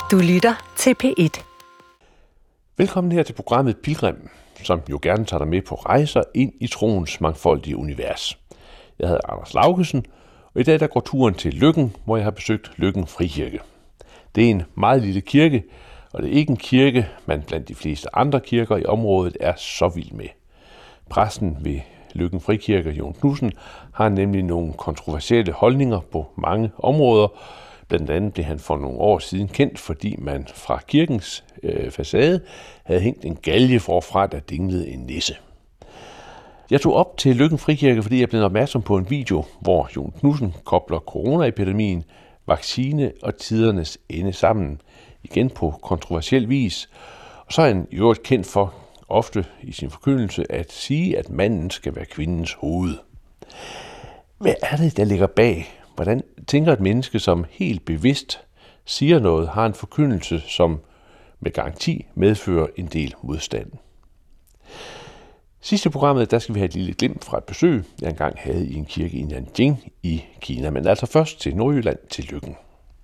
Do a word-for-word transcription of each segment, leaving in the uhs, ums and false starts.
Du lytter til P et. Velkommen her til programmet Pilgrim, som jo gerne tager dig med på rejser ind i troens mangfoldige univers. Jeg hedder Anders Laugesen, og i dag der går turen til Løkken, hvor jeg har besøgt Løkken Frikirke. Det er en meget lille kirke, og det er ikke en kirke, man blandt de fleste andre kirker i området er så vild med. Præsten ved Løkken Frikirke, Jon Knudsen, har nemlig nogle kontroversielle holdninger på mange områder. Blandt andet blev han for nogle år siden kendt, fordi man fra kirkens øh, facade havde hængt en galge forfra, der dinglede en nisse. Jeg tog op til Løkken Frikirke, fordi jeg blev opmærksom på en video, hvor Jon Knudsen kobler coronaepidemien, vaccine og tidernes ende sammen, igen på kontroversiel vis. Og så er han i øvrigt kendt for, ofte i sin forkyndelse, at sige, at manden skal være kvindens hoved. Hvad er det, der ligger bag? Hvordan tænker et menneske, som helt bevidst siger noget, har en forkyndelse, som med garanti medfører en del modstand? Sidste programmet, der skal vi have et lille glimt fra et besøg, jeg engang havde i en kirke i Nanjing i Kina. Men altså først til Nordjylland, til Løkken.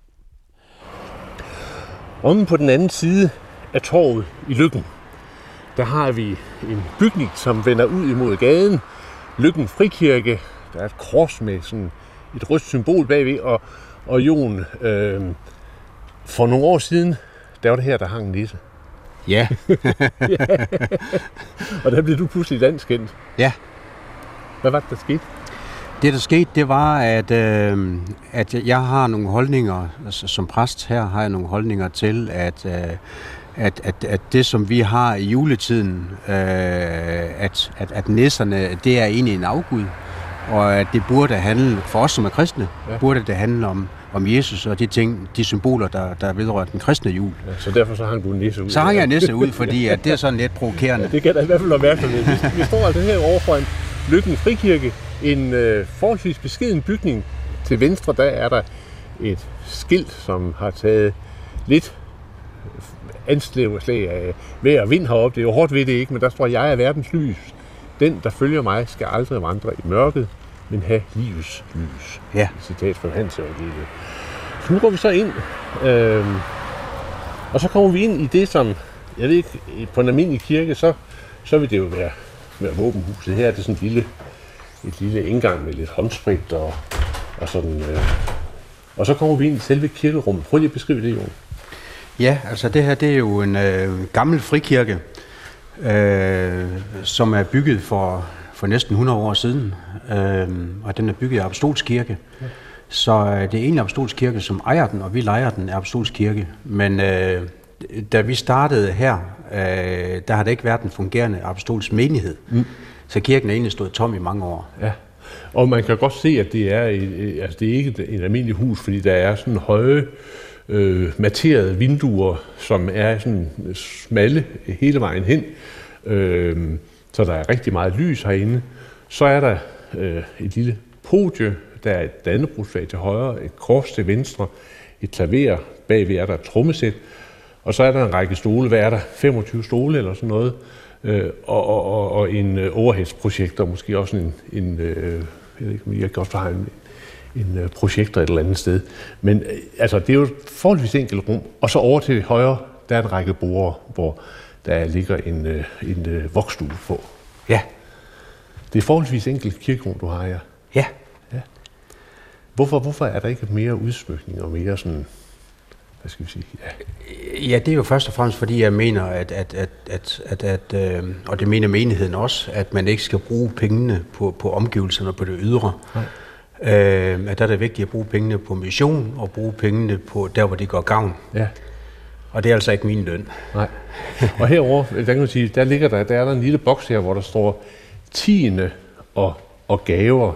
Omme på den anden side af torvet i Løkken, der har vi en bygning, som vender ud imod gaden. Løkken Frikirke. Der er et kors med sådan et rødt symbol bagved, og, og Jon, øh, for nogle år siden, der var det her, der hang en nisse. Ja. Ja. Og der blev du pludselig landskendt. Ja. Hvad var det, der skete? Det, der skete, det var, at, øh, at jeg har nogle holdninger, altså som præst her har jeg nogle holdninger til, at, øh, at, at, at det, som vi har i juletiden, øh, at, at, at nisserne, det er egentlig en afgud, og at det burde handle, for os som er kristne, ja. burde det handle om, om Jesus og de ting, de symboler, der, der vedrører den kristne jul. Ja, så derfor så hang du en nisse ud? Så hang jeg en nisse ud, fordi at det er sådan lidt provokerende. Ja, det kan da i hvert fald opmærksomhed. Vi, vi står altså her overfor en Løkken Frikirke, en øh, forholdsvis beskeden bygning. Til venstre, der er der et skilt, som har taget lidt anslag af vejr og vind heroppe. Det er jo hårdt ved det ikke, men der står, jeg er verdens lys. Den, der følger mig, skal aldrig vandre i mørket, men have livets lys. Ja. Citat fra Hans Evangeliet. Så nu går vi så ind, øh, og så kommer vi ind i det, som, jeg ved ikke, på en almindelig kirke, så, så vil det jo være, være våbenhuset. Her er det sådan et lille, et lille indgang med lidt håndsprit og, og sådan. Øh. Og så kommer vi ind i selve kirkerummet. Prøv lige at beskrive det, Jon. Ja, altså det her, det er jo en øh, gammel frikirke, øh, som er bygget for, for næsten hundrede år siden, øh, og den er bygget af Apostolsk Kirke. Ja. Så øh, det er egentlig Apostolsk Kirke, som ejer den, og vi lejer den af Apostolsk Kirke. Men øh, da vi startede her, øh, der har det ikke været en fungerende apostolsk menighed. Mm. Så kirken er egentlig stået tom i mange år. Ja. Og man kan godt se, at det er, et, altså det er ikke et almindeligt hus, fordi der er sådan høje, øh, matterede vinduer, som er sådan smalle hele vejen hen. Øh, så der er rigtig meget lys herinde. Så er der øh, et lille podie, der er et dannebrogsflag til højre, et kors til venstre, et klaver, bagved er der et trommesæt, og så er der en række stole. Hvad er der? femogtyve stole eller sådan noget. Øh, og, og, og en øh, overheadsprojektor, måske også en, en øh, jeg ved ikke, om jeg kan også have en, en øh, projektor et eller andet sted. Men øh, altså, det er jo et forholdsvis enkelt rum. Og så over til højre, der er en række borde, hvor der ligger en, øh, en øh, voksstue på. Ja. Det er forholdsvis enkelt kirkerum, du har her. Ja. Ja. Hvorfor, hvorfor er der ikke mere udsmykning og mere sådan, hvad skal vi sige? Ja. Ja, det er jo først og fremmest, fordi jeg mener, at, at, at, at, at, at øh, og det mener menigheden også, at man ikke skal bruge pengene på, på omgivelserne på det ydre. Nej. Øh, at der er det vigtigt at bruge pengene på mission og bruge pengene på der, hvor det går gavn. Ja. Og det er altså ikke min løn. Nej. Og herover, der kan man sige, der ligger der, der er der en lille boks her, hvor der står tiende og, og gaver.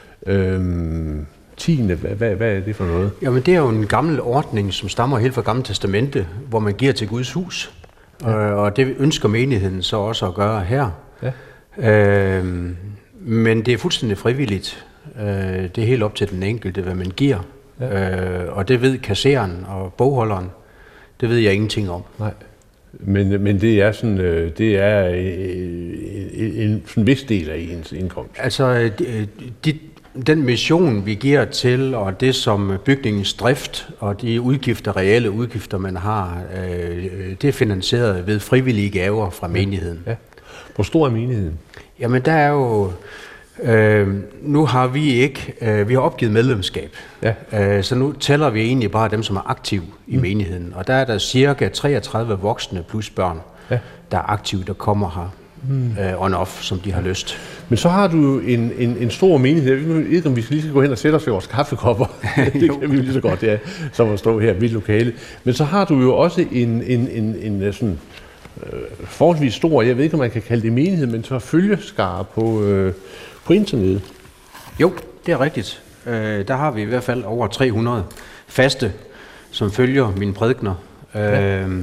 Øhm, tiende, hvad, hvad, hvad er det for noget? Jamen det er jo en gammel ordning, som stammer helt fra Gamle Testamente, hvor man giver til Guds hus. Ja. Og det ønsker menigheden så også at gøre her. Ja. Øhm, men det er fuldstændig frivilligt. Det er helt op til den enkelte, hvad man giver. Ja. Og det ved kasseren og bogholderen. Det ved jeg ingenting om. Nej. Men, men det er sådan, det er en, en sådan vis del af ens indkomst. Altså, de, de den mission, vi giver til, og det som bygningens drift, og de udgifter, reelle udgifter, man har, øh, det er finansieret ved frivillige gaver fra menigheden. Ja. Hvor stor er menigheden? Jamen, der er jo... Øh, nu har vi ikke... Øh, vi har opgivet medlemskab. Ja. Øh, så nu tæller vi egentlig bare dem, som er aktive i mm. menigheden. Og der er der cirka treogtredive voksne plus børn, ja. der er aktive, der kommer her. Mm. Øh, on-off, som de har lyst. Men så har du jo en, en, en stor menighed. Jeg ved ikke, om vi lige skal gå hen og sætte os ved vores kaffekopper. Det kan vi jo lige så godt, ja, som at stå her i mit lokale. Men så har du jo også en, en, en, en sådan, øh, forholdsvis stor, jeg ved ikke, om man kan kalde det menighed, men så følgeskare på, øh, på internettet. Jo, det er rigtigt. Øh, der har vi i hvert fald over tre hundrede faste, som følger mine prædikener. Ja. Øh,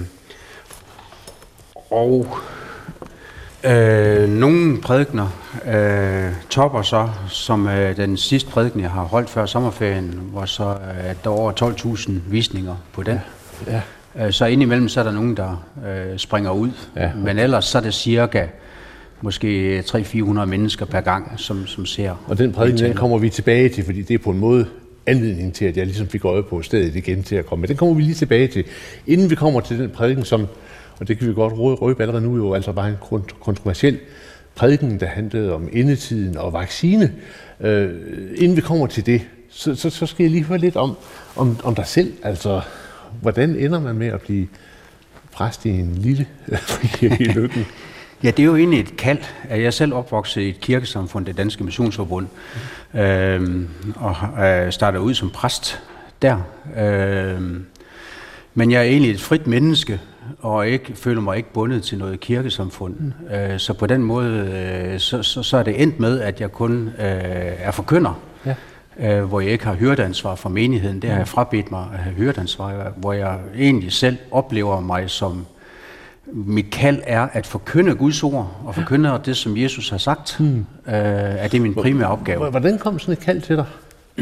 og... Øh, nogle prædikener øh, topper så, som øh, den sidste prædiken, jeg har holdt før sommerferien, hvor så øh, der er over tolv tusind visninger på den. Ja. Ja. Øh, så indimellem så er der nogen, der øh, springer ud, ja. Men ellers så er det cirka måske tre til fire hundrede mennesker per gang, som, som ser. Og den prædiken, den kommer vi tilbage til, fordi det er på en måde anledning til, at jeg ligesom fik øje på stedet igen til at komme. Men den kommer vi lige tilbage til. Inden vi kommer til den prædiken, som og det kan vi godt røbe allerede nu, jo altså bare en kontroversiel prædiken, der handlede om endetiden og vaccine. Øh, inden vi kommer til det, så, så, så skal jeg lige høre lidt om, om, om dig selv. Altså, hvordan ender man med at blive præst i en lille frikirke i Løkken? Ja, det er jo egentlig et kald. Jeg er selv opvokset i et kirkesamfund, det Danske Missionsforbund, øh, og øh, starter ud som præst der. Øh, men jeg er egentlig et frit menneske, og ikke føler mig ikke bundet til noget kirkesamfund. Mm. Så på den måde, så, så, så er det endt med, at jeg kun øh, er forkynder, ja. øh, hvor jeg ikke har hyrdeansvar for menigheden. Det har jeg frabedt mig at have hyrdeansvar, hvor jeg egentlig selv oplever mig som, mit kald er at forkynde Guds ord, og forkynde det, som Jesus har sagt, mm. øh, er det min primære opgave. Hvordan kom sådan et kald til dig?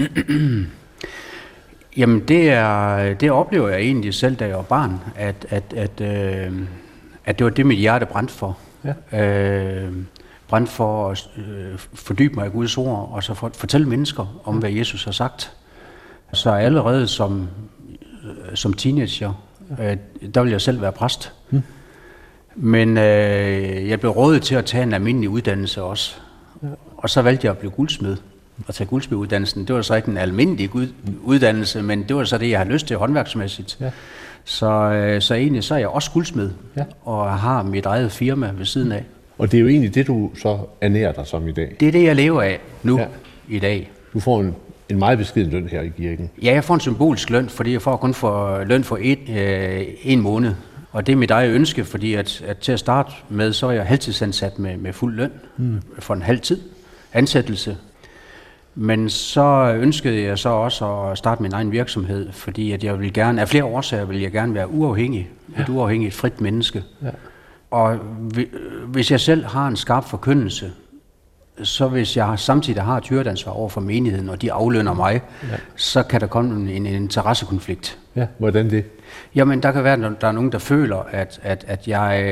Jamen, det, er, det oplever jeg egentlig selv, da jeg var barn, at, at, at, øh, at det var det, mit hjerte brændte for. Ja. Øh, brændte for at øh, fordybe mig i Guds ord, og så for at fortælle mennesker om, hvad Jesus har sagt. Så allerede som, som teenager, øh, der ville jeg selv være præst. Hmm. Men øh, jeg blev rådet til at tage en almindelig uddannelse også. Ja. Og så valgte jeg at blive guldsmed. At tage guldsmeduddannelsen. Det var så ikke en almindelig uddannelse, men det var så det, jeg har lyst til håndværksmæssigt. Ja. Så, så egentlig så er jeg også guldsmed, ja. Og har mit eget firma ved siden af. Og det er jo egentlig det, du så ernærer dig som i dag? Det er det, jeg lever af nu, ja. I dag. Du får en, en meget beskeden løn her i kirken? Ja, jeg får en symbolsk løn, fordi jeg får kun for løn for en, øh, en måned. Og det er mit eget ønske, fordi at, at til at starte med, så er jeg halvtidsansat med, med fuld løn mm. for en halv tid ansættelse. Men så ønskede jeg så også at starte min egen virksomhed, fordi at jeg vil gerne, af flere årsager vil jeg gerne være uafhængig, ja. Et uafhængigt, frit menneske. Ja. Og hvis jeg selv har en skarp forkyndelse, så hvis jeg samtidig har et hyrdeansvar over for menigheden, og de aflønner mig, ja. Så kan der komme en, en interessekonflikt. Ja, hvordan det? Jamen, der kan være, at der er nogen, der føler, at, at, at jeg...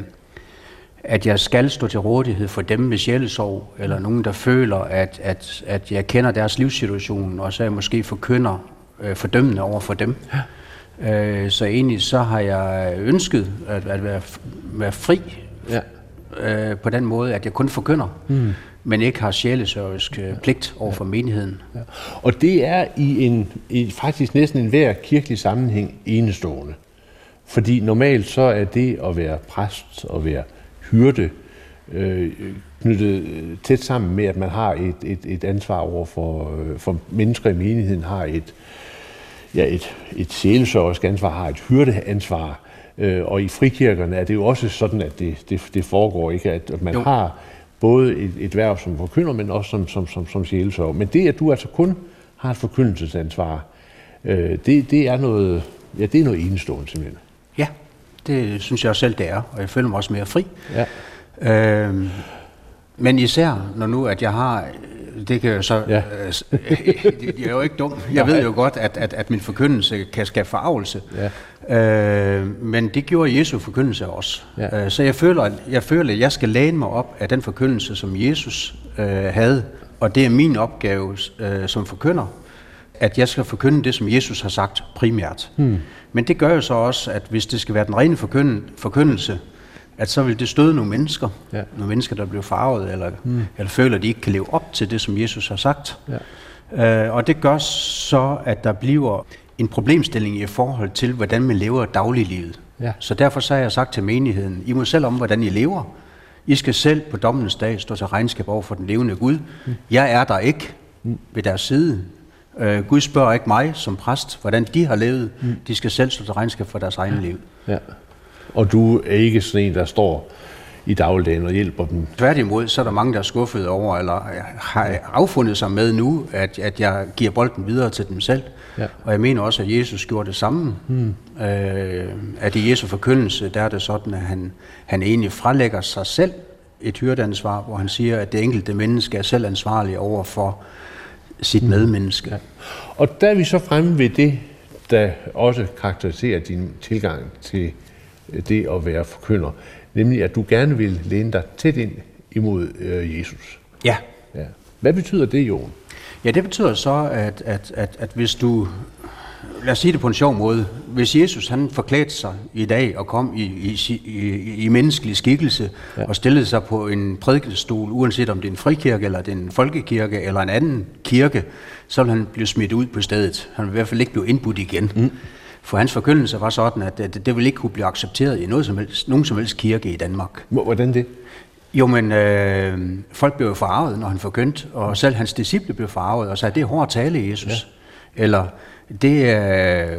at jeg skal stå til rådighed for dem med sjælesorg, eller nogen, der føler, at, at, at jeg kender deres livssituation, og så er jeg måske forkynder øh, fordømmende over for dem. Ja. Øh, så egentlig så har jeg ønsket at, at være, være fri ja. øh, på den måde, at jeg kun forkynder, mm. men ikke har sjælesørgisk øh, pligt over for ja. Menigheden. Ja. Og det er i en i faktisk næsten enhver kirkelig sammenhæng enestående. Fordi normalt så er det at være præst og være hyrde øh, knyttet tæt sammen med, at man har et, et, et ansvar over for, øh, for mennesker i menigheden, har et, ja, et, et sjælesørgisk ansvar, har et hyrdeansvar. Øh, og i frikirkerne er det jo også sådan, at det, det, det foregår, ikke? At man jo. Har både et, et værv som forkynder, men også som, som, som, som sjælesørger. Men det, at du altså kun har et forkyndelsesansvar, øh, det, det er noget, ja, det er noget enestående simpelthen. Ja. Det synes jeg selv, det er, og jeg føler mig også mere fri. Ja. Øhm, men især, når nu, at jeg har, det kan jo så, ja. øh, jeg er jo ikke dum, jeg ved jo godt, at, at, at min forkyndelse kan skabe forargelse. Ja. Øh, men det gjorde Jesu forkyndelse også. Ja. Øh, så jeg føler, jeg føler, at jeg skal læne mig op af den forkyndelse, som Jesus øh, havde Og det er min opgave øh, som forkynder, at jeg skal forkynde det, som Jesus har sagt primært. Hmm. Men det gør jo så også, at hvis det skal være den rene forkyndelse, at så vil det støde nogle mennesker, ja. nogle mennesker, der bliver farvet, eller, hmm. eller føler, at de ikke kan leve op til det, som Jesus har sagt. Ja. Øh, og det gør så, at der bliver en problemstilling i forhold til, hvordan man lever dagliglivet. Ja. Så derfor så har jeg sagt til menigheden, I må selv om, hvordan I lever. I skal selv på dommens dag stå til regnskab over for den levende Gud. Hmm. Jeg er der ikke hmm. ved deres side. Uh, Gud spørger ikke mig som præst, hvordan de har levet. Hmm. De skal selv stå til regnskab for deres egen liv. Ja. Og du er ikke sådan en, der står i dagligdagen og hjælper dem? Tværtimod, så er der mange, der er skuffet over, eller har affundet sig med nu, at, at jeg giver bolden videre til dem selv. Ja. Og jeg mener også, at Jesus gjorde det samme. Hmm. Øh, at i Jesu forkyndelse, der er det sådan, at han, han egentlig fralægger sig selv et hyrdeansvar, hvor han siger, at det enkelte menneske er selv ansvarlig over for sit hmm. medmenneske. Ja. Og der er vi så fremme ved det, der også karakteriserer din tilgang til det at være forkynder, nemlig at du gerne vil læne dig tæt ind imod øh, Jesus. Ja. ja. Hvad betyder det, Jon? Ja, det betyder så, at, at, at, at hvis du, lad os sige det på en sjov måde, hvis Jesus han forklædte sig i dag og kom i, i, i, i menneskelig skikkelse ja. og stillede sig på en prædikestol, uanset om det er en frikirke, eller det er en folkekirke, eller en anden kirke, så vil han blive smidt ud på stedet. Han vil i hvert fald ikke blive indbudt igen. Mm. For hans forkyndelse var sådan, at det, det ville ikke kunne blive accepteret i noget som helst, nogen som helst kirke i Danmark. Hvordan det? Jo, men øh, folk blev jo forarvet, når han forkyndte, og selv hans disciple blev forarvet og sagde, det er hård tale, Jesus. Ja. Eller det er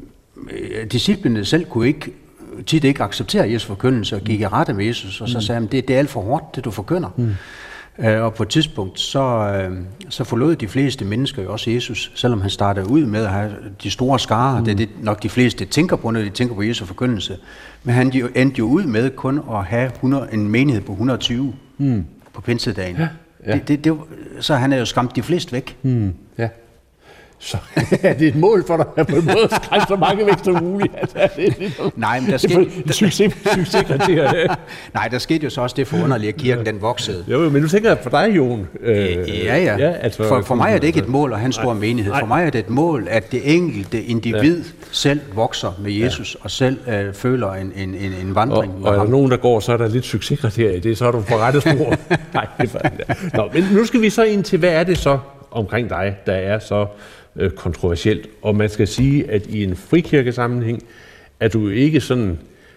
øh, disciplene selv kunne ikke tit ikke acceptere Jesu forkyndelse og gik i rette med Jesus, og så sagde han, det, det er alt for hårdt, det du forkynder. Mm. Øh, og på et tidspunkt, så, øh, så forlod de fleste mennesker jo også Jesus, selvom han startede ud med at have de store skarer, mm. det er det nok de fleste tænker på, når de tænker på Jesu forkyndelse. Men han jo, endte jo ud med kun at have hundrede, en menighed på et hundrede og tyve mm. på pinsedagen. Ja, ja. Det, det, det, så han er jo skræmt de fleste væk. Mm. Ja. Så er det et mål for dig at på en måde skræmme så mange væk som muligt? Altså, det er det, Nej, men der skete... Succes, succeskriterier. Nej, der skete jo så også det forunderlige, at kirken den voksede. Jo, men nu tænker jeg for dig, Jon. Øh, ja, ja. ja altså, for, for mig er det ikke et mål at have en stor nej, menighed. For mig er det et mål, at det enkelte individ ja. selv vokser med Jesus, ja. og selv øh, føler en, en, en, en vandring. Og, og er der nogen, der går, så er der lidt succeskriterier i det, så er du på rette spor. Nej, det er Nå, men nu skal vi så ind til, hvad er det så omkring dig, der er så kontroversielt, og man skal sige, at i en frikirkesammenhæng er du ikke sådan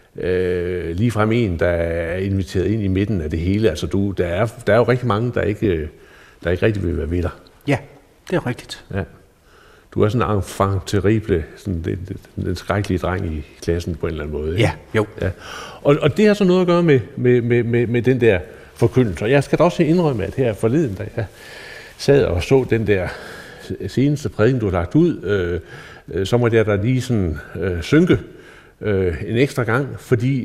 øh, ligefrem en, der er inviteret ind i midten af det hele. Altså du, der er, der er jo rigtig mange, der ikke, der ikke rigtig vil være ved dig. Ja, det er rigtigt. Ja. Du er sådan en enfant terrible, sådan den, den, den skrækkelige dreng i klassen på en eller anden måde. Ikke? Ja, jo. Ja. Og, og det har så noget at gøre med, med, med, med, med den der forkyndelse. Og jeg skal da også indrømme, at her forleden, da jeg sad og så den der seneste prædiken, du har lagt ud, øh, øh, så måtte jeg da lige sådan øh, synke øh, en ekstra gang, fordi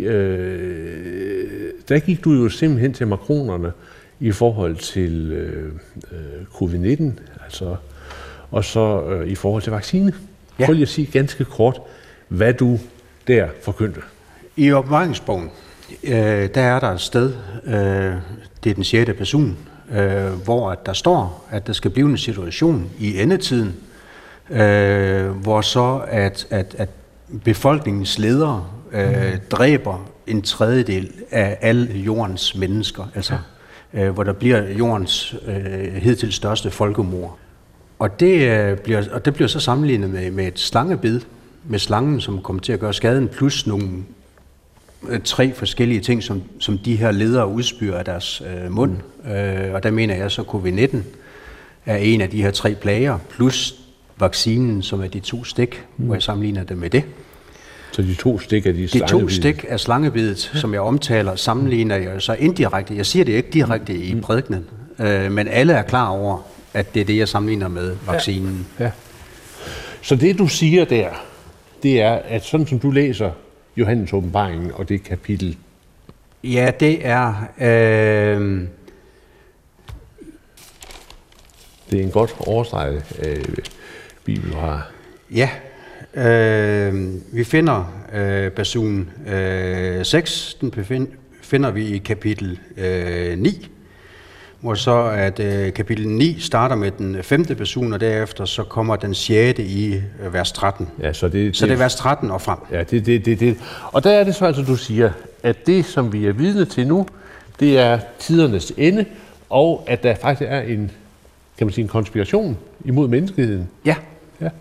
øh, der gik du jo simpelthen til makronerne i forhold til øh, covid nitten, altså, og så øh, i forhold til vaccine. Ja. Prøv lige at sige ganske kort, hvad du der forkyndte. I åbenbaringsbogen, øh, der er der et sted, øh, det er den sjette person, Øh, hvor at der står, at der skal blive en situation i endetiden, øh, hvor så at, at, at befolkningens ledere øh, mm. dræber en tredjedel af alle jordens mennesker, altså ja. øh, hvor der bliver jordens øh, hidtil største folkemord. Og det, øh, bliver, og det bliver så sammenlignet med, med et slangebid, med slangen, som kommer til at gøre skaden, plus nogle tre forskellige ting, som, som de her ledere udspyrer af deres øh, mund. Mm. Øh, og der mener jeg så, covid nitten er en af de her tre plager, plus vaccinen, som er de to stik, mm. hvor jeg sammenligner det med det. Så de to stik er de De to stik af slangebidet, ja. som jeg omtaler, sammenligner jeg så indirekte. Jeg siger det ikke direkte mm. i prædikenen, øh, men alle er klar over, at det er det, jeg sammenligner med vaccinen. Ja. Ja. Så det, du siger der, det er, at sådan som du læser Johannes åbenbaringen og det kapitel. Ja, det er... Øh... Det er en godt overstreget øh, bibel, du har. Ja, øh, vi finder øh, basun øh, seks, den befind, finder vi i kapitel øh, ni, hvor så at øh, kapitel ni starter med den femte person, og derefter så kommer den sjette i øh, vers tretten. Ja, så, det, så det er vers tretten og frem. Ja, det det, det, det. Og der er det så altså, du siger, at det, som vi er vidne til nu, det er tidernes ende, og at der faktisk er en, kan man sige, en konspiration imod menneskeheden. Ja. Ja.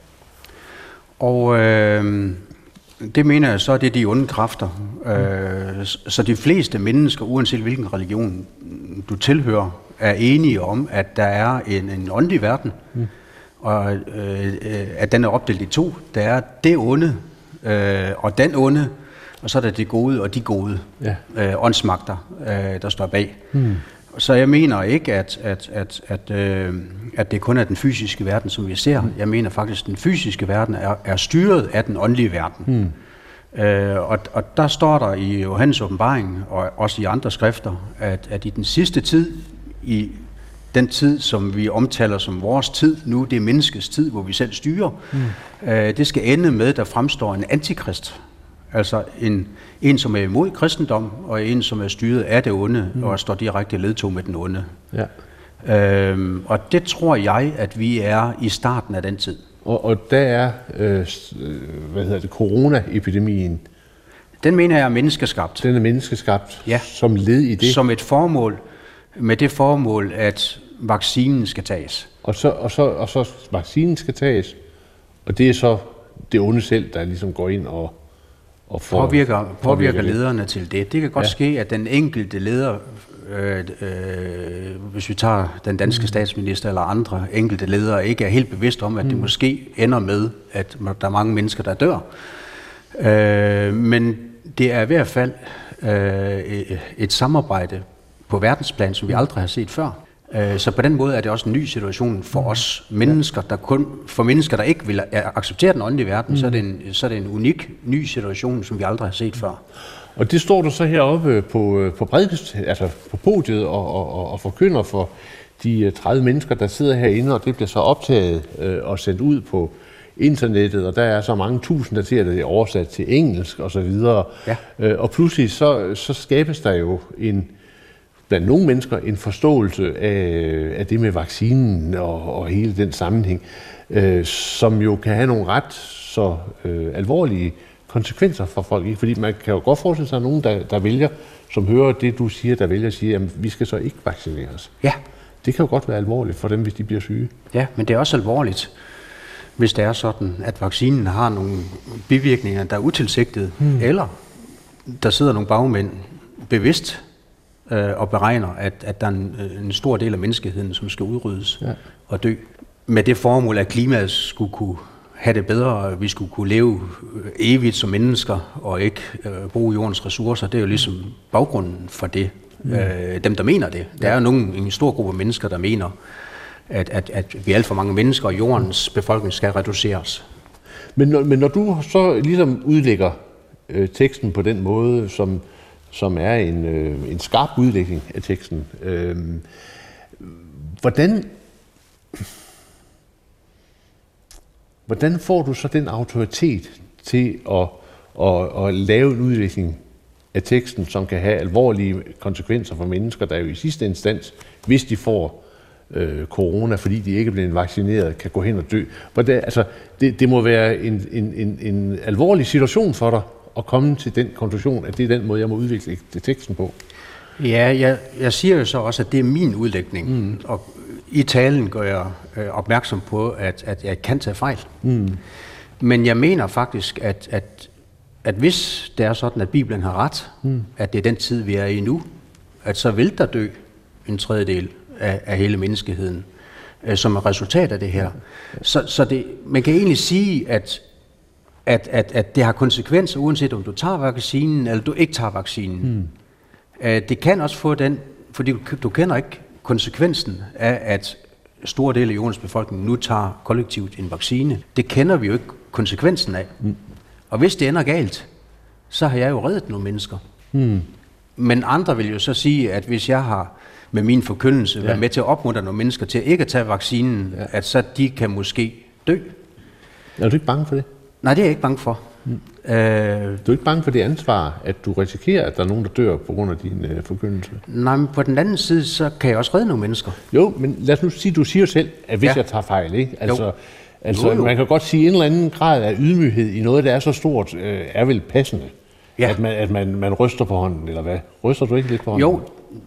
Og øh, det mener jeg så, det er de onde kræfter. Mm. Øh, så de fleste mennesker, uanset hvilken religion du tilhører, er enige om, at der er en, en åndelig verden, mm. og øh, at den er opdelt i to. Der er det onde, øh, og den onde, og så er der det gode og de gode ja. øh, åndsmagter, øh, der står bag. Mm. Så jeg mener ikke, at, at, at, at, øh, at det kun er den fysiske verden, som vi ser. Mm. Jeg mener faktisk, at den fysiske verden er, er styret af den åndelige verden. Mm. Øh, og, og der står der i Johannes åbenbaring, og også i andre skrifter, at, at i den sidste tid, i den tid, som vi omtaler som vores tid, nu det er menneskets tid, hvor vi selv styrer, mm. øh, det skal ende med, at der fremstår en antikrist. Altså en, en, som er imod kristendom, og en, som er styret af det onde, mm. og står direkte i ledtog med den onde. Ja. Øhm, og det tror jeg, at vi er i starten af den tid. Og, og der er, øh, hvad hedder det, coronaepidemien. Den mener jeg er menneskeskabt. Den er menneskeskabt, ja. Som led i det. Som et formål, med det formål, at vaccinen skal tages. Og så, og så, og så vaccinen skal tages, og det er så det onde selv, der ligesom går ind og Og for, påvirker, påvirker, påvirker lederne til det. Det kan godt ja. ske, at den enkelte leder, øh, øh, hvis vi tager den danske mm. statsminister eller andre enkelte ledere, ikke er helt bevidst om, at mm. det måske ender med, at der er mange mennesker, der dør. Øh, men det er i hvert fald øh, et samarbejde på verdensplan, som vi aldrig har set før. Så på den måde er det også en ny situation for os mennesker, der kun, for mennesker, der ikke vil acceptere den åndelige verden, mm. så, er det en, så er det en unik, ny situation, som vi aldrig har set før. Og det står du så heroppe på, på, prædikes, altså på podiet og, og, og forkynder for de tredive mennesker, der sidder herinde, og det bliver så optaget øh, og sendt ud på internettet, og der er så mange tusind, der ser, at det er oversat til engelsk og så videre. Ja. Øh, og pludselig så, så skabes der jo en blandt nogle mennesker en forståelse af, af det med vaccinen og, og hele den sammenhæng, øh, som jo kan have nogle ret så øh, alvorlige konsekvenser for folk. Ikke? Fordi man kan jo godt forestille sig, at nogen, der, der vælger, som hører det, du siger, der vælger at sige, at vi skal så ikke vaccineres. Ja. Det kan jo godt være alvorligt for dem, hvis de bliver syge. Ja, men det er også alvorligt, hvis det er sådan, at vaccinen har nogle bivirkninger, der er utilsigtede, hmm. eller der sidder nogle bagmænd bevidst og beregner, at, at der er en, en stor del af menneskeheden, som skal udryddes ja. og dø. Med det formål, at klimaet skulle kunne have det bedre, og vi skulle kunne leve evigt som mennesker, og ikke øh, bruge jordens ressourcer, det er jo ligesom baggrunden for det. Mm. Øh, dem, der mener det. Der er jo nogen, en stor gruppe mennesker, der mener, at, at, at vi er alt for mange mennesker, og jordens befolkning skal reduceres. Men når, men når du så ligesom udlægger øh, teksten på den måde, som som er en, øh, en skarp udlægning af teksten. Øh, hvordan, hvordan får du så den autoritet til at, at, at lave en udlægning af teksten, som kan have alvorlige konsekvenser for mennesker, der jo i sidste instans, hvis de får øh, corona, fordi de ikke er blevet vaccineret, kan gå hen og dø? Hvordan, altså, det, det må være en, en, en, en alvorlig situation for dig, og komme til den konklusion, at det er den måde, jeg må udvikle teksten på. Ja, jeg, jeg siger jo så også, at det er min udlægning. Mm. Og i talen gør jeg øh, opmærksom på, at, at jeg kan tage fejl. Mm. Men jeg mener faktisk, at, at, at hvis det er sådan, at Bibelen har ret, mm. at det er den tid, vi er i nu, at så vil der dø en tredjedel af, af hele menneskeheden, øh, som er resultat af det her. Så, så det, man kan egentlig sige, at At, at, at det har konsekvenser, uanset om du tager vaccinen, eller du ikke tager vaccinen. Hmm. Uh, det kan også få den, fordi du, du kender ikke konsekvensen af, at store dele af jordens befolkning nu tager kollektivt en vaccine. Det kender vi jo ikke konsekvensen af. Hmm. Og hvis det ender galt, så har jeg jo reddet nogle mennesker. Hmm. Men andre vil jo så sige, at hvis jeg har med min forkyndelse ja. været med til at opmuntre nogle mennesker til at ikke at tage vaccinen, ja. at så de kan måske dø. Er du ikke bange for det? Nej, det er jeg ikke bange for. Mm. Øh, Du er ikke bange for det ansvar, at du risikerer, at der er nogen, der dør på grund af din øh, forkyndelse? nej, men på den anden side, så kan jeg også redde nogle mennesker. Jo, men lad os nu sige, du siger selv, at hvis Ja. jeg tager fejl, ikke? Altså, Jo. altså Jo, jo. man kan godt sige, at en eller anden grad af ydmyghed i noget, der er så stort, øh, er vel passende. Ja. At, man, at man, man ryster på hånden, eller hvad? Ryster du ikke lidt på hånden? Jo,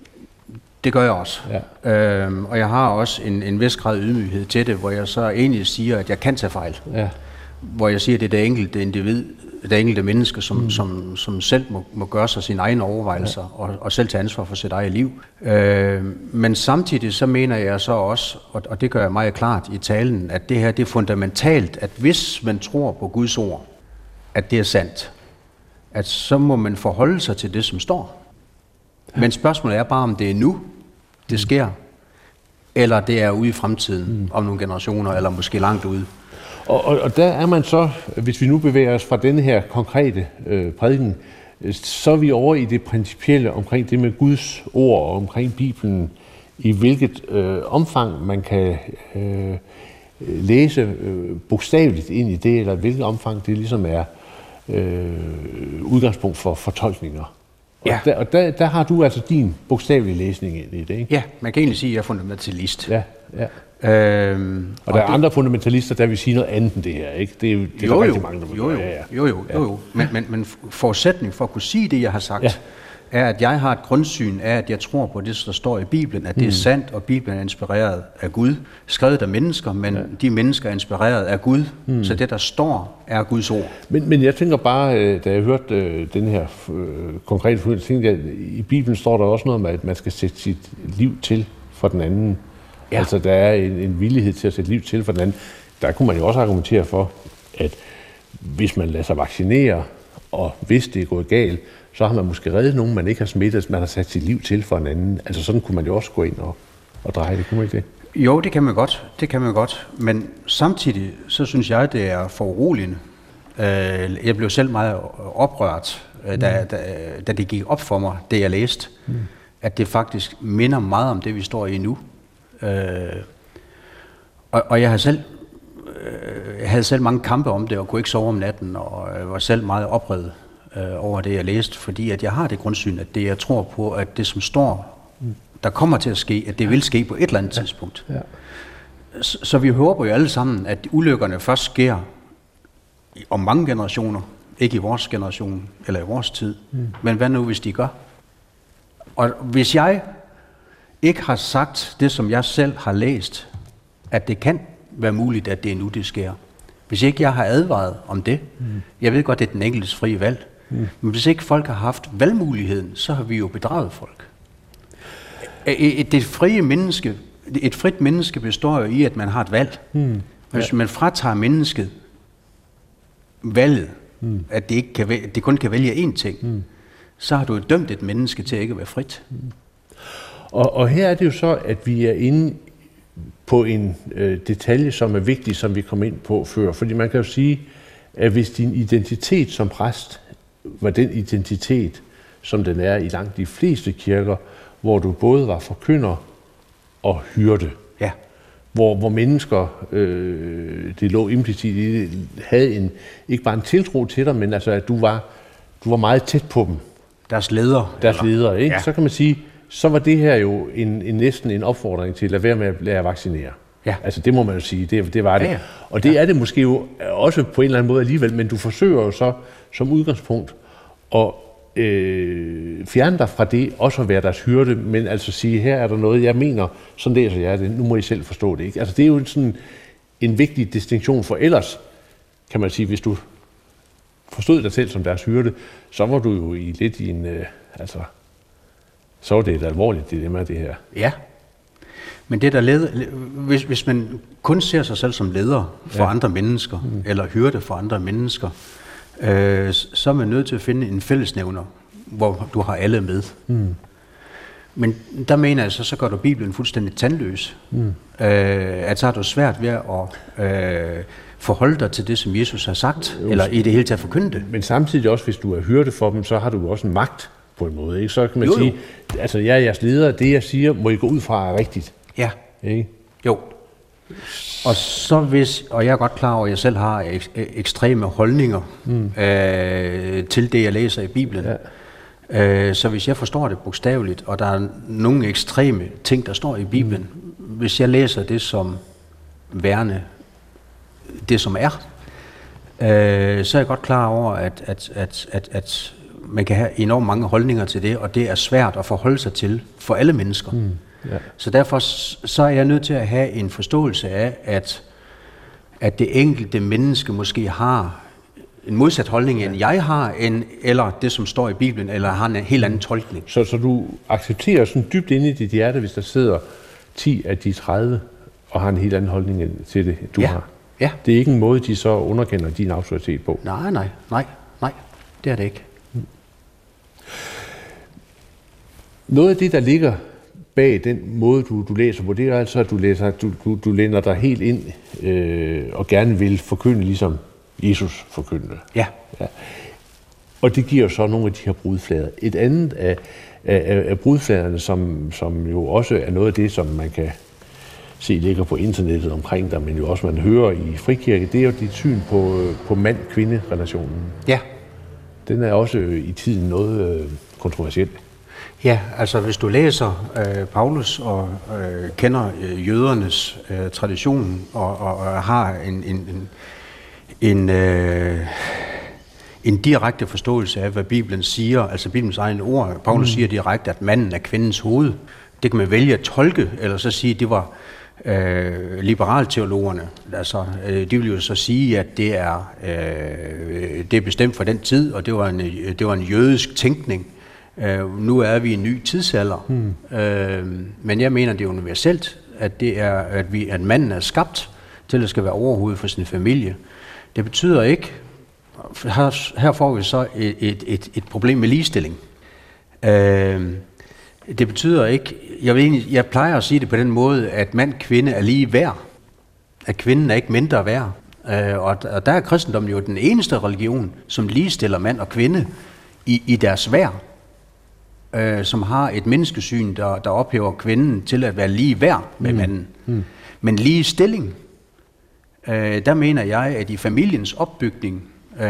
det gør jeg også. Ja. Øhm, og jeg har også en, en vis grad ydmyghed til det, hvor jeg så egentlig siger, at jeg kan tage fejl. Ja. Hvor jeg siger, at det er det enkelte individ, det enkelte menneske, som, mm. som, som selv må, må gøre sig sine egne overvejelser, ja. og, og selv tage ansvar for sit eget liv. Øh, men samtidig så mener jeg så også, og, og det gør jeg meget klart i talen, at det her det er fundamentalt, at hvis man tror på Guds ord, at det er sandt, at så må man forholde sig til det, som står. Men spørgsmålet er bare, om det er nu, det sker, eller det er ude i fremtiden, mm. om nogle generationer, eller måske langt ude. Og, og, og der er man så, hvis vi nu bevæger os fra denne her konkrete øh, prædiken, så er vi over i det principielle omkring det med Guds ord og omkring Bibelen, i hvilket øh, omfang man kan øh, læse øh, bogstaveligt ind i det, eller hvilket omfang det ligesom er øh, udgangspunkt for fortolkninger. Ja. Og, der, og der, der har du altså din bogstavelige læsning ind i det, ikke? Ja, man kan egentlig sige, at jeg er fundamentalist. Ja, ja. Øhm, Og der er det, andre fundamentalister, der vil sige noget andet end det her, ikke? Det er jo, det er jo, der jo, rigtig mange, der vil jo, jo, gøre. Ja, ja. jo, jo, jo, jo. Men, men, men forudsætning for at kunne sige det, jeg har sagt, Ja. er, at jeg har et grundsyn af, at jeg tror på det, der står i Bibelen, at det er sandt, og Bibelen er inspireret af Gud. Skrevet af mennesker, men ja. de mennesker er inspireret af Gud, mm. så det, der står, er Guds ord. Men, men jeg tænker bare, øh, da jeg hørte øh, den her øh, konkrete forkyndelse, tænkte jeg, i Bibelen står der også noget om, at man skal sætte sit liv til for den anden. Ja. Altså, der er en, en villighed til at sætte liv til for den anden. Der kunne man jo også argumentere for, at hvis man lader sig vaccinere, og hvis det er gået galt, så har man måske reddet nogen, man ikke har smittet, man har sat sit liv til for en anden. Altså, sådan kunne man jo også gå ind og, og dreje det, kunne man ikke det? Jo, det kan man godt, det kan man godt. Men samtidig, så synes jeg, det er for uroligende. Jeg blev selv meget oprørt, da, da, da det gik op for mig, det jeg læste, mm. at det faktisk minder meget om det, vi står i nu. Og, og jeg har selv jeg havde selv mange kampe om det, og kunne ikke sove om natten, og jeg var selv meget oprevet øh, over det, jeg læste, fordi at jeg har det grundsyn, at det, jeg tror på, at det, som står, der kommer til at ske, at det vil ske på et eller andet ja. tidspunkt. Ja. Så, så vi håber jo alle sammen, at ulykkerne først sker om mange generationer, ikke i vores generation, eller i vores tid. Mm. Men hvad nu, hvis de gør? Og hvis jeg ikke har sagt det, som jeg selv har læst, at det kan være muligt, at det er nu, det sker. Hvis ikke jeg har advaret om det, mm. jeg ved godt, det er den enkeltes frie valg, mm. men hvis ikke folk har haft valgmuligheden, så har vi jo bedraget folk. Et, et, frie menneske, et frit menneske består jo i, at man har et valg. Mm. Hvis ja. man fratager mennesket valget, mm. at det, ikke kan, det kun kan vælge én ting, mm. så har du jo dømt et menneske til ikke at være frit. Mm. Og, og her er det jo så, at vi er inde på en øh, detalje, som er vigtig, som vi kom ind på før. Fordi man kan jo sige, at hvis din identitet som præst var den identitet, som den er i langt de fleste kirker, hvor du både var forkynder og hyrde, ja. hvor, hvor mennesker, øh, det lå implicit i det, havde en, ikke bare en tiltro til dig, men altså, at du var, du var meget tæt på dem. Deres leder. Deres leder, ikke? Ja. Så kan man sige, så var det her jo en, en næsten en opfordring til at lade være med at lade jer vaccinere. Ja. Altså det må man jo sige, det, det var det. Ja, ja. Og det ja. er det måske jo også på en eller anden måde alligevel, men du forsøger jo så som udgangspunkt at øh, fjerne dig fra det, også at være deres hyrde, men altså sige, her er der noget, jeg mener, sådan læser jeg det, nu må I selv forstå det. Ikke? Altså det er jo sådan en vigtig distinktion, for ellers kan man sige, hvis du forstod dig selv som deres hyrde, så var du jo i lidt i en, øh, altså, så var det et alvorligt dilemma, det her. Ja, men det der leder, hvis, hvis man kun ser sig selv som leder for ja. andre mennesker, mm. eller hyrde for andre mennesker, øh, så er man nødt til at finde en fællesnævner, hvor du har alle med. Mm. Men der mener jeg så, så gør du Bibelen fuldstændig tandløs. Mm. Øh, at så har du svært ved at øh, forholde dig til det, som Jesus har sagt, jo, eller i det hele taget forkynde det. Men samtidig også, hvis du er hyrde for dem, så har du også en magt på en måde. Ikke? Så kan man jo, sige, jo. altså jeg er jeres leder, det jeg siger, må I gå ud fra er rigtigt. Ja, ikke? jo. Og så hvis, og jeg er godt klar over, at jeg selv har ek, ekstreme holdninger mm. øh, til det, jeg læser i Bibelen. Ja. Øh, så hvis jeg forstår det bogstaveligt, og der er nogle ekstreme ting, der står i Bibelen, mm. hvis jeg læser det som værende, det som er, øh, så er jeg godt klar over, at, at, at, at, at man kan have enormt mange holdninger til det, og det er svært at forholde sig til for alle mennesker. Mm. Ja. Så derfor så er jeg nødt til at have en forståelse af, at, at det enkelte menneske måske har en modsat holdning, end jeg har, end, eller det, som står i Bibelen, eller har en helt anden tolkning. Så, så du accepterer sådan dybt inde i dit hjerte, hvis der sidder ti af de tredive, og har en helt anden holdning til det, du ja. har? Ja. Det er ikke en måde, de så underkender din autoritet på? Nej, nej, nej, nej, det er det ikke. Hmm. Noget af det, der ligger bag den måde, du, du læser på, det er altså, at du, læser, du, du, du læner dig helt ind øh, og gerne vil forkynde, ligesom Jesus forkyndte. Ja. ja. Og det giver så nogle af de her brudflader. Et andet af, af, af brudfladerne, som, som jo også er noget af det, som man kan se ligger på internettet omkring dig, men jo også man hører i frikirke, det er jo dit syn på, på mand-kvinde-relationen. Ja. Den er også i tiden noget øh, kontroversiel. Ja, altså hvis du læser øh, Paulus og øh, kender øh, jødernes øh, tradition og, og, og har en, en, en, en, øh, en direkte forståelse af, hvad Bibelen siger, altså Bibelens egne ord. Paulus mm. siger direkte, at manden er kvindens hoved. Det kan man vælge at tolke, eller så sige, at det var øh, liberalteologerne. Altså, øh, de vil jo så sige, at det er, øh, det er bestemt for den tid, og det var en, det var en jødisk tænkning. Uh, nu er vi i en ny tidsalder, hmm. uh, men jeg mener, det er universelt, at, det er, at, vi, at manden er skabt til at skal være overhoved for sin familie. Det betyder ikke, her, her får vi så et, et, et, et problem med ligestilling. Uh, det betyder ikke, jeg, vil egentlig, jeg plejer at sige det på den måde, at mand og kvinde er lige værd, at kvinden er ikke mindre værd. Uh, og, og der er kristendommen jo den eneste religion, som ligestiller mand og kvinde i, i deres værd. Øh, som har et menneskesyn, der, der ophæver kvinden til at være lige værd med mm. manden. Mm. Men lige stilling, øh, der mener jeg, at i familiens opbygning, øh,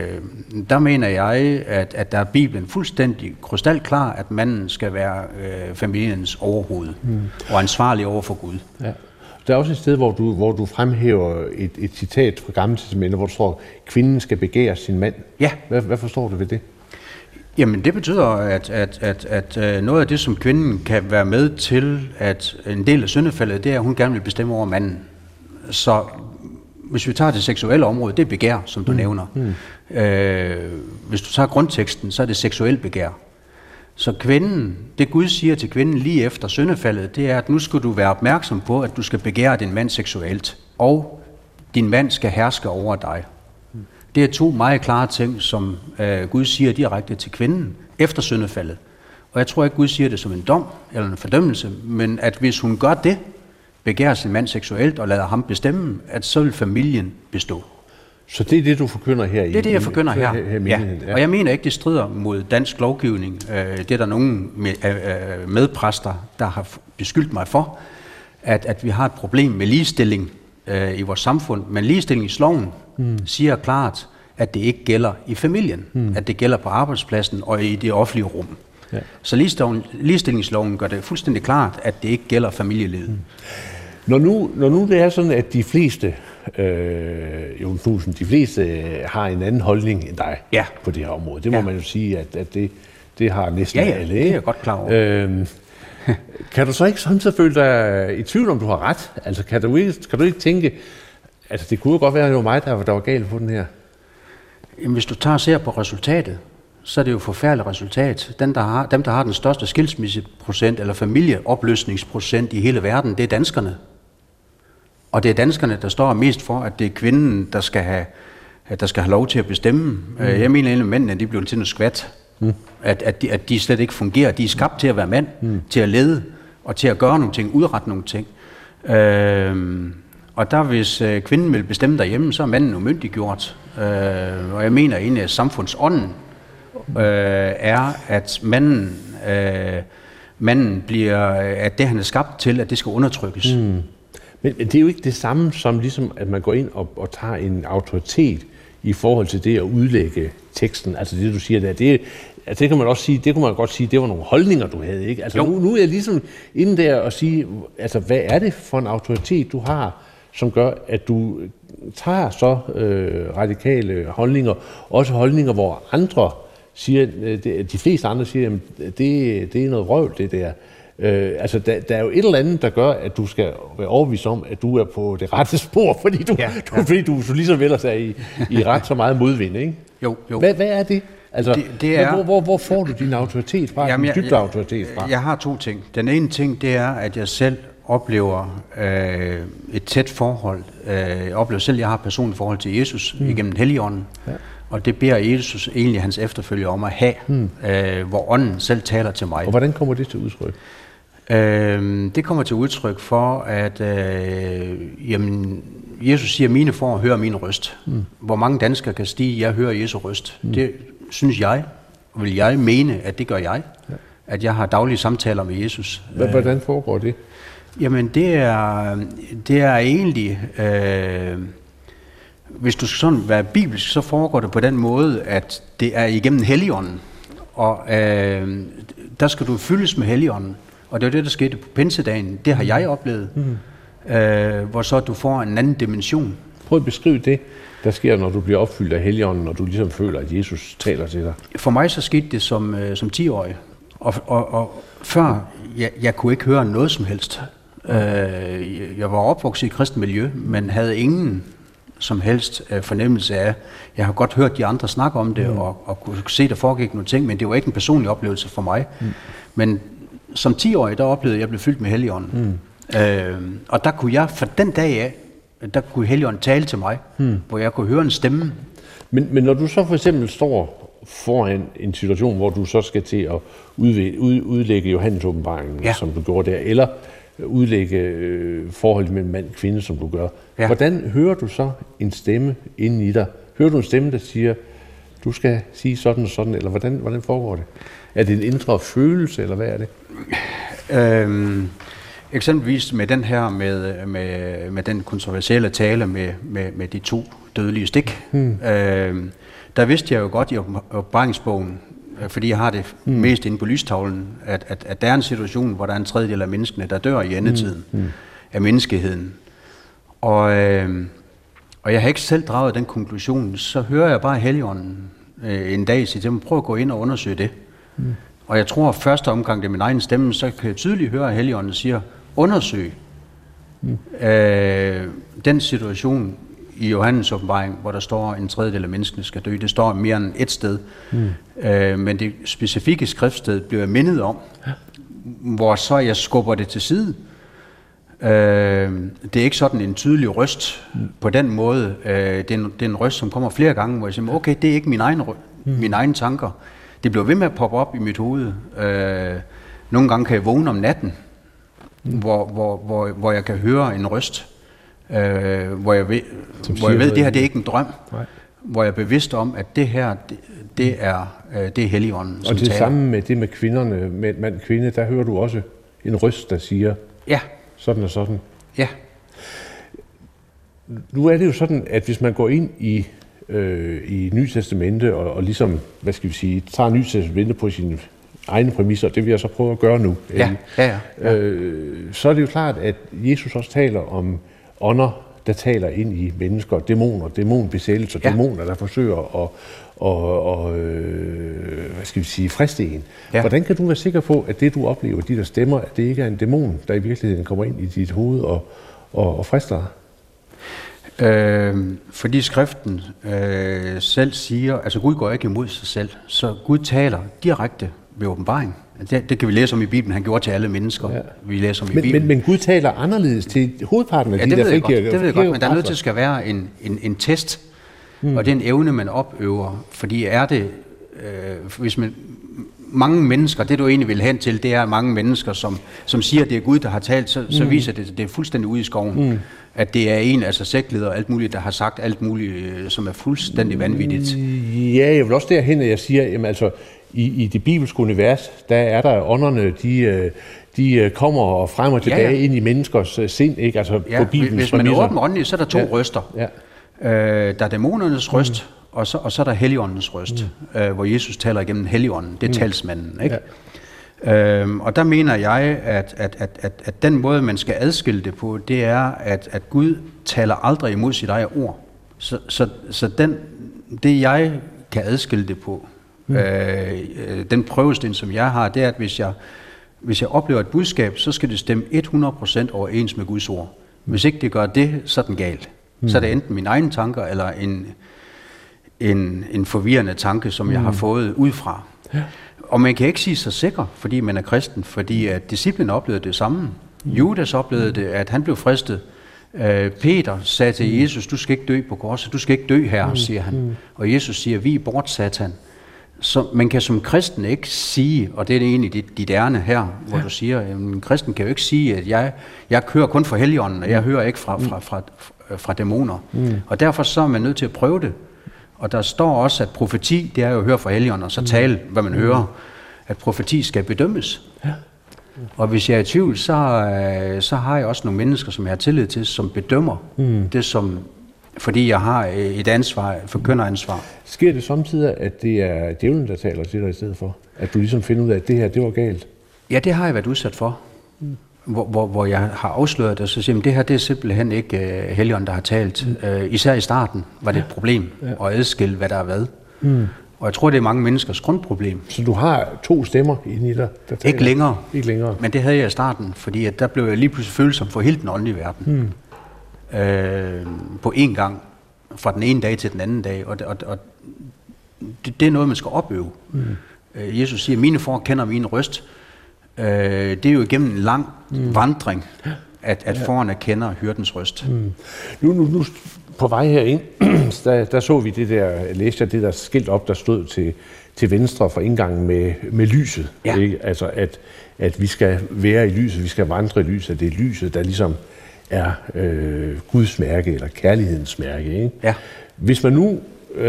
der mener jeg, at, at der er Bibelen fuldstændig krystalklar, at manden skal være øh, familiens overhoved mm. og ansvarlig over for Gud. Ja. Der er også et sted, hvor du, hvor du fremhæver et, et citat fra Gamle Testamentet, hvor du står, kvinden skal begære sin mand. Ja. Hvad, hvad forstår du ved det? Jamen det betyder, at, at, at, at noget af det, som kvinden kan være med til, at en del af syndefaldet, det er, at hun gerne vil bestemme over manden. Så hvis vi tager det seksuelle område, det er begær, som du mm. nævner. Mm. Øh, hvis du tager grundteksten, så er det seksuel begær. Så kvinden, det Gud siger til kvinden lige efter syndefaldet, det er, at nu skal du være opmærksom på, at du skal begære din mand seksuelt, og din mand skal herske over dig. Det er to meget klare ting, som øh, Gud siger direkte til kvinden efter syndefaldet. Og jeg tror ikke, Gud siger det som en dom eller en fordømmelse, men at hvis hun gør det, begærer sin mand seksuelt og lader ham bestemme, at så vil familien bestå. Så det er det, du forkynder her i? Det er det, jeg forkynder her. her, her ja. Ja. Og jeg mener ikke, det strider mod dansk lovgivning. Det er der nogle medpræster, der har beskyldt mig for, at, at vi har et problem med ligestilling i vores samfund. Men ligestillingsloven mm. siger klart, at det ikke gælder i familien, mm. at det gælder på arbejdspladsen og i det offentlige rum. Ja. Så ligestillingsloven gør det fuldstændig klart, at det ikke gælder familielivet. Mm. Når nu, når nu det er sådan, at de fleste, øh, Jon Knudsen, de fleste har en anden holdning end dig ja. på det her område, det må ja. man jo sige, at, at det, det har næsten ja, ja, alle. det er jeg godt klar over. Øhm, kan du så ikke samtidig føle dig i tvivl, om du har ret? Altså kan du ikke, kan du ikke tænke, altså det kunne jo godt være, at det var mig, der, der var galt på den her? Jamen, hvis du tager og ser på resultatet, så er det jo et forfærdeligt resultat. Dem der, har, dem, der har den største skilsmisseprocent eller familieopløsningsprocent i hele verden, det er danskerne. Og det er danskerne, der står mest for, at det er kvinden, der skal have, der skal have lov til at bestemme. Mm. Jeg mener egentlig, at mændene de bliver til noget skvat. Mm. At, at, de, at de slet ikke fungerer. De er skabt til at være mand, mm. til at lede og til at gøre nogle ting, udrette nogle ting. Øhm, og der hvis øh, kvinden vil bestemme derhjemme, så er manden umyndiggjort. Øh, og jeg mener egentlig, at samfundsånden øh, er, at manden, øh, manden bliver, at det han er skabt til, at det skal undertrykkes. Mm. Men, men det er jo ikke det samme som ligesom, at man går ind og, og tager en autoritet i forhold til det at udlægge teksten. Altså det, du siger der, det, altså det kan man også sige, det kunne man godt sige, det var nogle holdninger, du havde, ikke? Altså nu, nu er jeg ligesom inde der og sige, altså hvad er det for en autoritet, du har, som gør, at du tager så øh, radikale holdninger, også holdninger, hvor andre siger, de fleste andre siger, at det, det er noget røvl, det der. Øh, altså, der, der er jo et eller andet, der gør, at du skal være overbevist om, at du er på det rette spor, fordi du, ja, ja. du, fordi du, du ligesom ellers er i, i ret så meget modvind, ikke? Jo, jo. Hvad, hvad er det? Altså, det, det er, hvor, hvor, hvor får du din autoritet fra, jamen, din dybde autoritet fra? Jeg har to ting. Den ene ting, det er, at jeg selv oplever øh, et tæt forhold. Øh, jeg oplever selv, at jeg har et personligt forhold til Jesus mm. igennem Helligånden. Ja. Og det beder Jesus egentlig hans efterfølger om at have, mm. øh, hvor ånden selv taler til mig. Og hvordan kommer det til udtryk? Øh, det kommer til udtryk for, at øh, jamen, Jesus siger, mine får hører min røst. Mm. Hvor mange danskere kan stige, jeg hører Jesu røst. Mm. Det synes jeg, og vil jeg mene, at det gør jeg. Ja. At jeg har daglige samtaler med Jesus. Hvordan foregår det? Jamen det er, det er egentlig... Øh, Hvis du skal sådan være bibelsk, så foregår det på den måde, at det er igennem Helligånden. Og øh, der skal du fyldes med Helligånden. Og det var det, der skete på pinsedagen. Det har jeg oplevet. Mm. Øh, hvor så du får en anden dimension. Prøv at beskrive det, der sker, når du bliver opfyldt af Helligånden, når du ligesom føler, at Jesus taler til dig. For mig så skete det som, øh, som ti-årig. Og, og, og før, jeg, jeg kunne ikke høre noget som helst. Øh, jeg var opvokset i et kristent miljø, men havde ingen... som helst øh, fornemmelse af, jeg har godt hørt de andre snakke om det, mm. og, og kunne se, der foregik nogle ting, men det var ikke en personlig oplevelse for mig. Mm. Men som ti-årig, der oplevede jeg, at jeg blev fyldt med Helligånden. Mm. Øh, og der kunne jeg, fra den dag af, der kunne Helligånden tale til mig, mm. hvor jeg kunne høre en stemme. Men, men når du så for eksempel står foran en situation, hvor du så skal til at udvæ- ud, udlægge Johannes åbenbaringen, ja. som du gjorde der, eller udlægge øh, forholdet mellem mand og kvinde, som du gør. Ja. Hvordan hører du så en stemme inde i dig? Hører du en stemme, der siger, du skal sige sådan og sådan, eller hvordan, hvordan foregår det? Er det en indre følelse, eller hvad er det? Øhm, eksempelvis med den her, med, med, med den kontroversielle tale med, med, med de to dødelige stik. Hmm. Øhm, der vidste jeg jo godt i åbenbaringsbogen, fordi jeg har det mm. mest inde på lystavlen, at, at, at der er en situation, hvor der er en tredjedel af menneskene, der dør i endetiden mm. Mm. af menneskeheden. Og, øh, og jeg har ikke selv draget den konklusion, så hører jeg bare Helligånden øh, en dag sige til mig, prøv at gå ind og undersøge det. Mm. Og jeg tror, at første omgang, det er min egen stemme, så kan jeg tydeligt høre, at Helligånden siger, undersøg mm. øh, den situation, i Johannes åbenbaring, hvor der står, en tredjedel af menneskene skal dø. Det står mere end et sted. Mm. Øh, men det specifikke skriftsted bliver jeg mindet om, ja. hvor så jeg skubber det til side. Øh, det er ikke sådan en tydelig røst mm. på den måde. Øh, det, er en, det er en røst, som kommer flere gange, hvor jeg siger, okay, det er ikke mine egne, mm. mine egne tanker. Det bliver ved med at poppe op i mit hoved. Øh, nogle gange kan jeg vågne om natten, mm. hvor, hvor, hvor, hvor jeg kan høre en røst. Øh, hvor jeg ved, hvor jeg ved det her det er ikke en drøm, nej. Hvor jeg er bevidst om, at det her, det, det er øh, det er Helligånden, som og det taler. Samme med det med kvinderne, med mand og kvinde, der hører du også en røst, der siger, ja. sådan og sådan. Ja. Nu er det jo sådan, at hvis man går ind i øh, i Nye Testamente og, og ligesom, hvad skal vi sige, tager Nye Testamente på sine egne præmisser, det vil jeg så prøve at gøre nu. Ja. Ja, ja, ja. Øh, så er det jo klart, at Jesus også taler om ånder, der taler ind i mennesker, dæmoner, dæmonbesættelser, ja. dæmoner, der forsøger at og, og, øh, hvad skal vi sige, friste en. Ja. Hvordan kan du være sikker på, at det, du oplever, de der stemmer, at det ikke er en dæmon, der i virkeligheden kommer ind i dit hoved og, og, og frister dig? Øh, fordi skriften øh, selv siger, altså Gud går ikke imod sig selv, så Gud taler direkte ved åbenbaring. Det, det kan vi læse om i Bibelen, han gjorde til alle mennesker. Ja. Vi læser om i men, Bibelen. Men, men Gud taler anderledes til hovedparten af ja, de det der ved jeg frikirker. Godt. Det ved jeg godt, men der er nødt til at skal være en, en, en test, hmm. og det er en evne, man opøver. Fordi er det, øh, hvis man, mange mennesker, det du egentlig vil hen til, det er mange mennesker, som, som siger, at det er Gud, der har talt, så, hmm. så viser det, det er fuldstændig ude i skoven. Hmm. At det er en, altså sektleder og alt muligt, der har sagt alt muligt, som er fuldstændig vanvittigt. Ja, jeg vil også derhen, at jeg siger, jamen altså, i, i det bibelske univers, der er der ånderne, de, de kommer og frem og tilbage ja, ja. ind i menneskers sind, ikke? Altså ja, på Bibelens hvis man er åben åndelig, så er der to ja. røster. Ja. Øh, der er dæmonernes røst, mm. og, så, og så er der Helligåndens røst, mm. øh, hvor Jesus taler igennem Helligånden. Det er mm. talsmanden, ikke? Ja. Øhm, og der mener jeg, at, at, at, at, at den måde, man skal adskille det på, det er, at, at Gud taler aldrig imod sit eget ord. Så, så, så den, det, jeg kan adskille det på, mm. øh, den prøvesten, som jeg har, det er, at hvis jeg, hvis jeg oplever et budskab, så skal det stemme hundrede procent overens med Guds ord. Hvis ikke det gør det, så er den galt. Mm. Så er det enten mine egne tanker, eller en, en, en forvirrende tanke, som mm. jeg har fået udefra. Ja. Og man kan ikke sige sig sikker, fordi man er kristen, fordi at disciplen oplevede det samme. Mm. Judas oplevede det, at han blev fristet. Uh, Peter sagde til Jesus, du skal ikke dø på korset, du skal ikke dø her, mm. siger han. Mm. Og Jesus siger, vi er bort, Satan. Så man kan som kristen ikke sige, og det er egentlig dit, dit ærne her, hvor ja. du siger, at en kristen kan jo ikke sige, at jeg, jeg kører kun for Helligånden, og jeg hører ikke fra, fra, fra, fra, fra dæmoner. Mm. Og derfor så er man nødt til at prøve det. Og der står også, at profeti, det er jo at høre fra Helligånden, og så tale, hvad man mm. hører, at profeti skal bedømmes. Ja. Og hvis jeg er i tvivl, så, så har jeg også nogle mennesker, som jeg har tillid til, som bedømmer mm. det, som, fordi jeg har et ansvar, et forkynderansvar. Sker det samtidig, at det er djævlen, der taler til dig i stedet for? At du ligesom finder ud af, at det her, det var galt? Ja, det har jeg været udsat for. Mm. Hvor, hvor, hvor jeg har afsløret det, og så siger jeg, det her, det er simpelthen ikke uh, Helligånden, der har talt. Mm. Uh, især i starten var det et problem ja. at adskille, hvad der er hvad. Mm. Og jeg tror, det er mange menneskers grundproblem. Så du har to stemmer inde i dig, der taler? Ikke længere. Ikke længere. Men det havde jeg i starten, fordi at der blev jeg lige pludselig følsom for hele den åndelige verden. Mm. Øh, på én gang. Fra den ene dag til den anden dag. Og, og, og det, det er noget, man skal opøve. Mm. Øh, Jesus siger, mine får kender min røst. Øh, det er jo igennem en lang mm. vandring, at, at ja. forerne kender hyrdens røst. Mm. Nu, nu, nu på vej herind, der, der så vi det der, læste jeg det der skilt op, der stod til, til venstre for indgangen med, med lyset. Ja. Ikke? Altså at, at vi skal være i lyset, vi skal vandre i lyset, at det er lyset, der ligesom er øh, Guds mærke, eller kærlighedens mærke. Ikke? Ja. Hvis man nu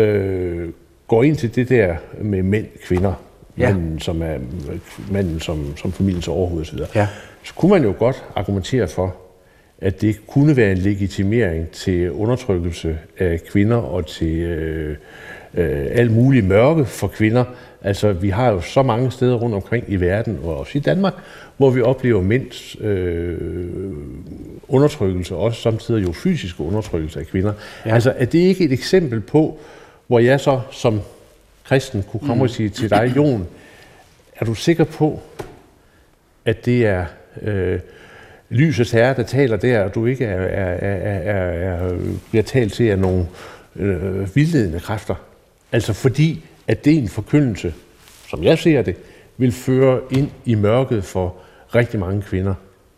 øh, går ind til det der med mænd, kvinder, ja. manden, som er manden som, som familiens overhoved osv., ja. så kunne man jo godt argumentere for, at det kunne være en legitimering til undertrykkelse af kvinder og til øh, øh, alt muligt mørke for kvinder. Altså, vi har jo så mange steder rundt omkring i verden, og også i Danmark, hvor vi oplever mænds øh, undertrykkelse, også samtidig jo fysisk undertrykkelse af kvinder. Ja. Altså, er det ikke et eksempel på, hvor jeg så som kristen kunne komme mm. og sige til dig, Jon, er du sikker på, at det er øh, lysets herre, der taler der, og du ikke er, er, er, er, er, bliver talt til af nogle øh, vildledende kræfter? Altså fordi, at det er en forkyndelse, som jeg ser det, vil føre ind i mørket for rigtig mange kvinder.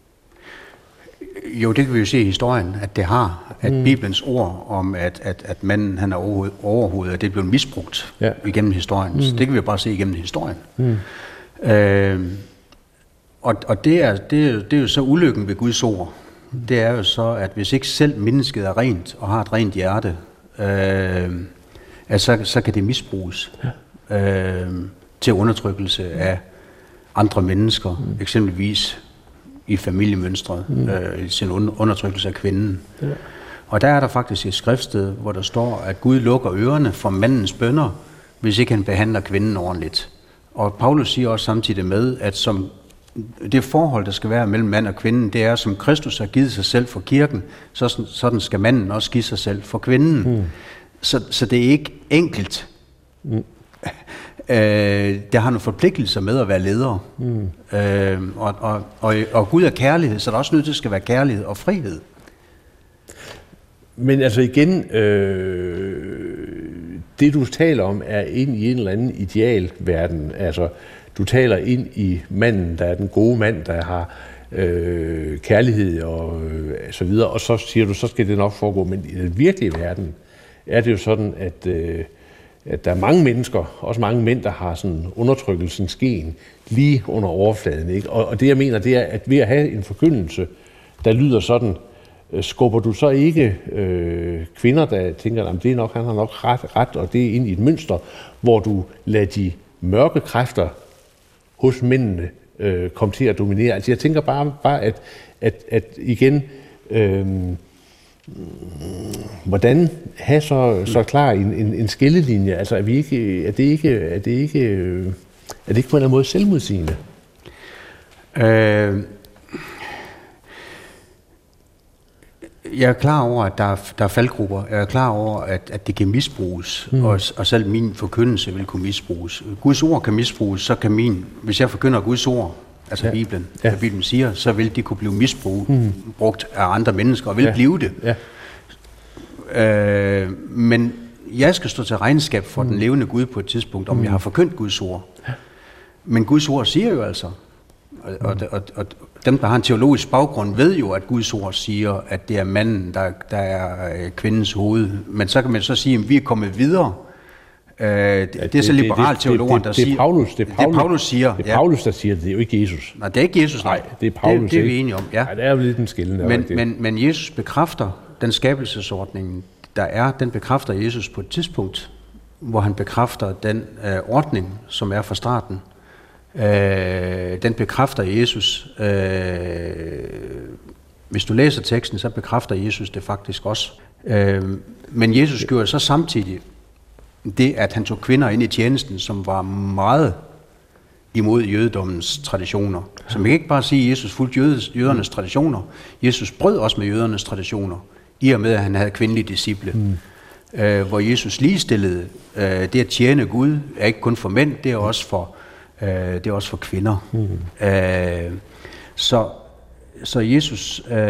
Jo, det kan vi jo se i historien, at det har. At mm. Bibelens ord om, at, at, at manden han er overhovedet, at det er blevet misbrugt ja. igennem historien. Mm. Så det kan vi jo bare se igennem historien. Mm. Øh, og og det, er, det, er, det er jo så ulykken ved Guds ord. Mm. Det er jo så, at hvis ikke selv mennesket er rent og har et rent hjerte, øh, at så, så kan det misbruges ja. øh, til undertrykkelse af andre mennesker, mm. eksempelvis i familiemønstret, mm. øh, sin undertrykkelse af kvinden. Ja. Og der er der faktisk et skriftsted, hvor der står, at Gud lukker ørerne for mandens bønner, hvis ikke han behandler kvinden ordentligt. Og Paulus siger også samtidig med, at som det forhold, der skal være mellem mand og kvinden, det er, som Kristus har givet sig selv for kirken, så sådan skal manden også give sig selv for kvinden. Mm. Så, så det er ikke enkelt. Mm. Øh, der har nogle forpligtelser med at være leder. Mm. Øh, og, og, og, og Gud er kærlighed, så der er også nødt til at skal være kærlighed og frihed. Men altså igen, øh, det du taler om er ind i en eller anden idealverden. Altså, du taler ind i manden, der er den gode mand, der har øh, kærlighed og øh, så videre, og så siger du, så skal det nok foregå. Men i den virkelige verden er det jo sådan, at øh, at der er mange mennesker, også mange mænd, der har sådan undertrykkelsens gen lige under overfladen. Ikke? Og, og det jeg mener, det er, at ved at have en forkyndelse, der lyder sådan, øh, skubber du så ikke øh, kvinder, der tænker, at det er nok, han har nok ret, ret, og det er ind i et mønster, hvor du lader de mørke kræfter hos mændene øh, kom til at dominere. Altså jeg tænker bare, bare at, at, at igen, øh, hvordan have så, så klar en, en, en skillelinje? Altså er, vi ikke, er, det ikke, er, det ikke, er det ikke på en eller anden måde selvmodsigende? Øh, jeg er klar over, at der er, der er faldgrupper. Jeg er klar over, at, at det kan misbruges, mm. og, og selv min forkyndelse vil kunne misbruges. Guds ord kan misbruges, så kan min, hvis jeg forkynder Guds ord, altså ja. Bibelen, ja. Hvad Bibelen siger, så vil de kunne blive misbrugt mm. brugt af andre mennesker, og vil ja. blive det. Ja. Øh, men jeg skal stå til regnskab for mm. den levende Gud på et tidspunkt, om mm. jeg har forkyndt Guds ord. Ja. Men Guds ord siger jo altså, og, og, og, og dem, der har en teologisk baggrund, ved jo, at Guds ord siger, at det er manden, der, der er kvindens hoved. Men så kan man så sige, at vi er kommet videre. Uh, det, ja, det, det er så liberalt teologerne, der det, det, siger... Paulus, det er Paulus, det Paulus siger. Det er Paulus, der siger det. Det er jo ikke Jesus. Nej, det er ikke Jesus. Nej, det er Paulus. Det, det er vi enige om, ja. Nej, det er jo lidt en skillende. Men, men, men Jesus bekræfter den skabelsesordning, der er. Den bekræfter Jesus på et tidspunkt, hvor han bekræfter den uh, ordning, som er fra starten. Uh, den bekræfter Jesus. Uh, hvis du læser teksten, så bekræfter Jesus det faktisk også. Uh, men Jesus gjorde så samtidig det, at han tog kvinder ind i tjenesten, som var meget imod jødedommens traditioner. Så man kan ikke bare sige, at Jesus fulgte jødes, jødernes traditioner. Jesus brød også med jødernes traditioner, i og med, at han havde kvindelige disciple. Mm. Uh, hvor Jesus ligestillede uh, det at tjene Gud, er ikke kun for mænd, det er også for Uh, det er også for kvinder. Mm. Uh, så, så Jesus, uh,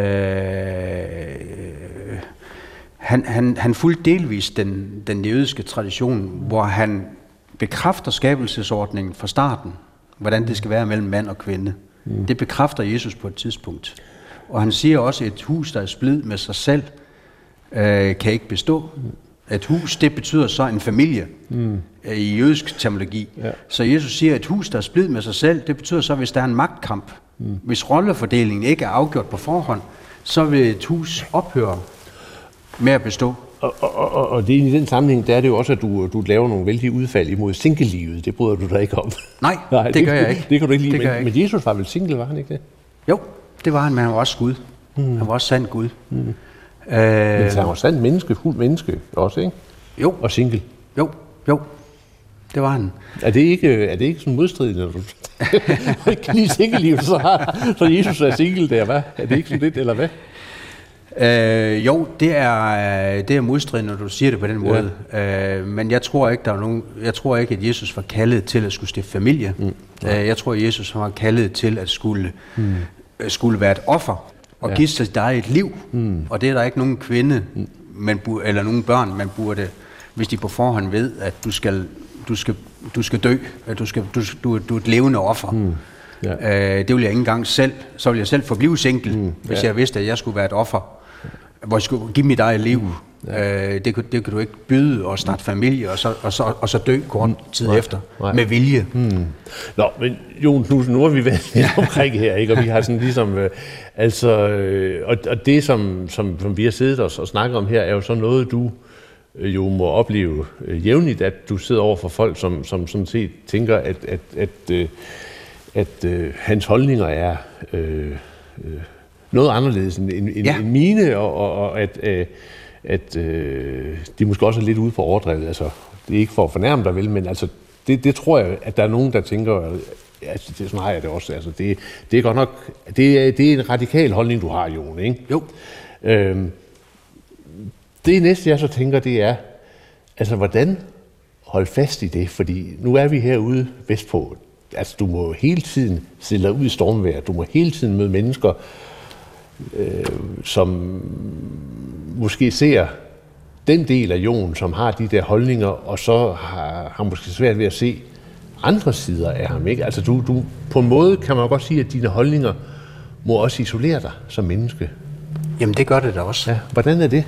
han, han, han fulgte delvis den, den jødiske tradition, hvor han bekræfter skabelsesordningen fra starten, hvordan det skal være mellem mand og kvinde. Mm. Det bekræfter Jesus på et tidspunkt. Og han siger også, at et hus, der er splid med sig selv, uh, kan ikke bestå. Et hus, det betyder så en familie mm. i jødisk terminologi. Ja. Så Jesus siger, at et hus, der er splid med sig selv, det betyder så, hvis der er en magtkamp, mm. hvis rollefordelingen ikke er afgjort på forhånd, så vil et hus ophøre med at bestå. Og, og, og, og det, i den sammenhæng, der er det jo også, at du, du laver nogle vældige udfald imod single-livet. Det bryder du dig ikke om. Nej, Nej det, det gør jeg ikke. Det kan du ikke lide. Men, men Jesus var vel single, var han ikke det? Jo, det var han, men han var også Gud. Mm. Han var også sand Gud. Mm. Men han var sandt menneske, fuldt menneske også, ikke? Jo. Og single. Jo, jo. Det var han. Er det ikke, er det ikke sådan modstridende, når du ikke kan lide single-livet, så, har, så Jesus er single der, hvad? Er det ikke sådan lidt, eller hvad? Øh, jo, det er, det er modstridende, når du siger det på den måde. Ja. Øh, men jeg tror ikke, der er nogen, jeg tror ikke, at Jesus var kaldet til at skulle stifte familie. Mm. Øh, jeg tror, at Jesus var kaldet til at skulle, mm. skulle være et offer. Og ja. give sig dig et liv, mm. og det er der ikke nogen kvinde, mm. man burde, eller nogen børn, man burde, hvis de på forhånd ved, at du skal, du skal, du skal dø, at du, skal, du, du, du er et levende offer. Mm. Ja. Øh, det vil jeg ikke engang selv, så vil jeg selv forblive single, mm. hvis ja. jeg vidste, at jeg skulle være et offer, hvor jeg skulle give mit eget liv. Ja. Øh, det, det kan du ikke byde og starte familie, og så, og så, og så dø kort tid Nej. efter, Nej. med vilje. Hmm. Nå, men Jon Knudsen, nu har vi været lidt omkring her, ikke? Og vi har sådan ligesom, øh, altså, øh, og, og det som, som, som vi har siddet os og snakket om her, er jo så noget, du øh, jo må opleve øh, jævnligt, at du sidder over for folk, som, som sådan set tænker, at, at, at, øh, at øh, hans holdninger er øh, øh, noget anderledes end, end, ja. end mine, og, og, og at øh, at øh, de måske også er lidt ude på overdrevet. Altså, det er ikke for at fornærme dig vel, men altså, det, det tror jeg, at der er nogen, der tænker, altså, det, sådan har jeg det også. Altså, det, det er godt nok, det er, det er en radikal holdning, du har, Jon, ikke? Jo. Øhm, det næste, jeg så tænker, det er, altså, hvordan holde fast i det? Fordi nu er vi herude vestpå. Altså, du må hele tiden stille dig ud i stormvejr. Du må hele tiden møde mennesker, øh, som måske ser den del af Jon, som har de der holdninger, og så har, har måske svært ved at se andre sider af ham, ikke? Altså du, du, på en måde kan man godt sige, at dine holdninger må også isolere dig som menneske. Jamen det gør det da også. Ja, hvordan er det?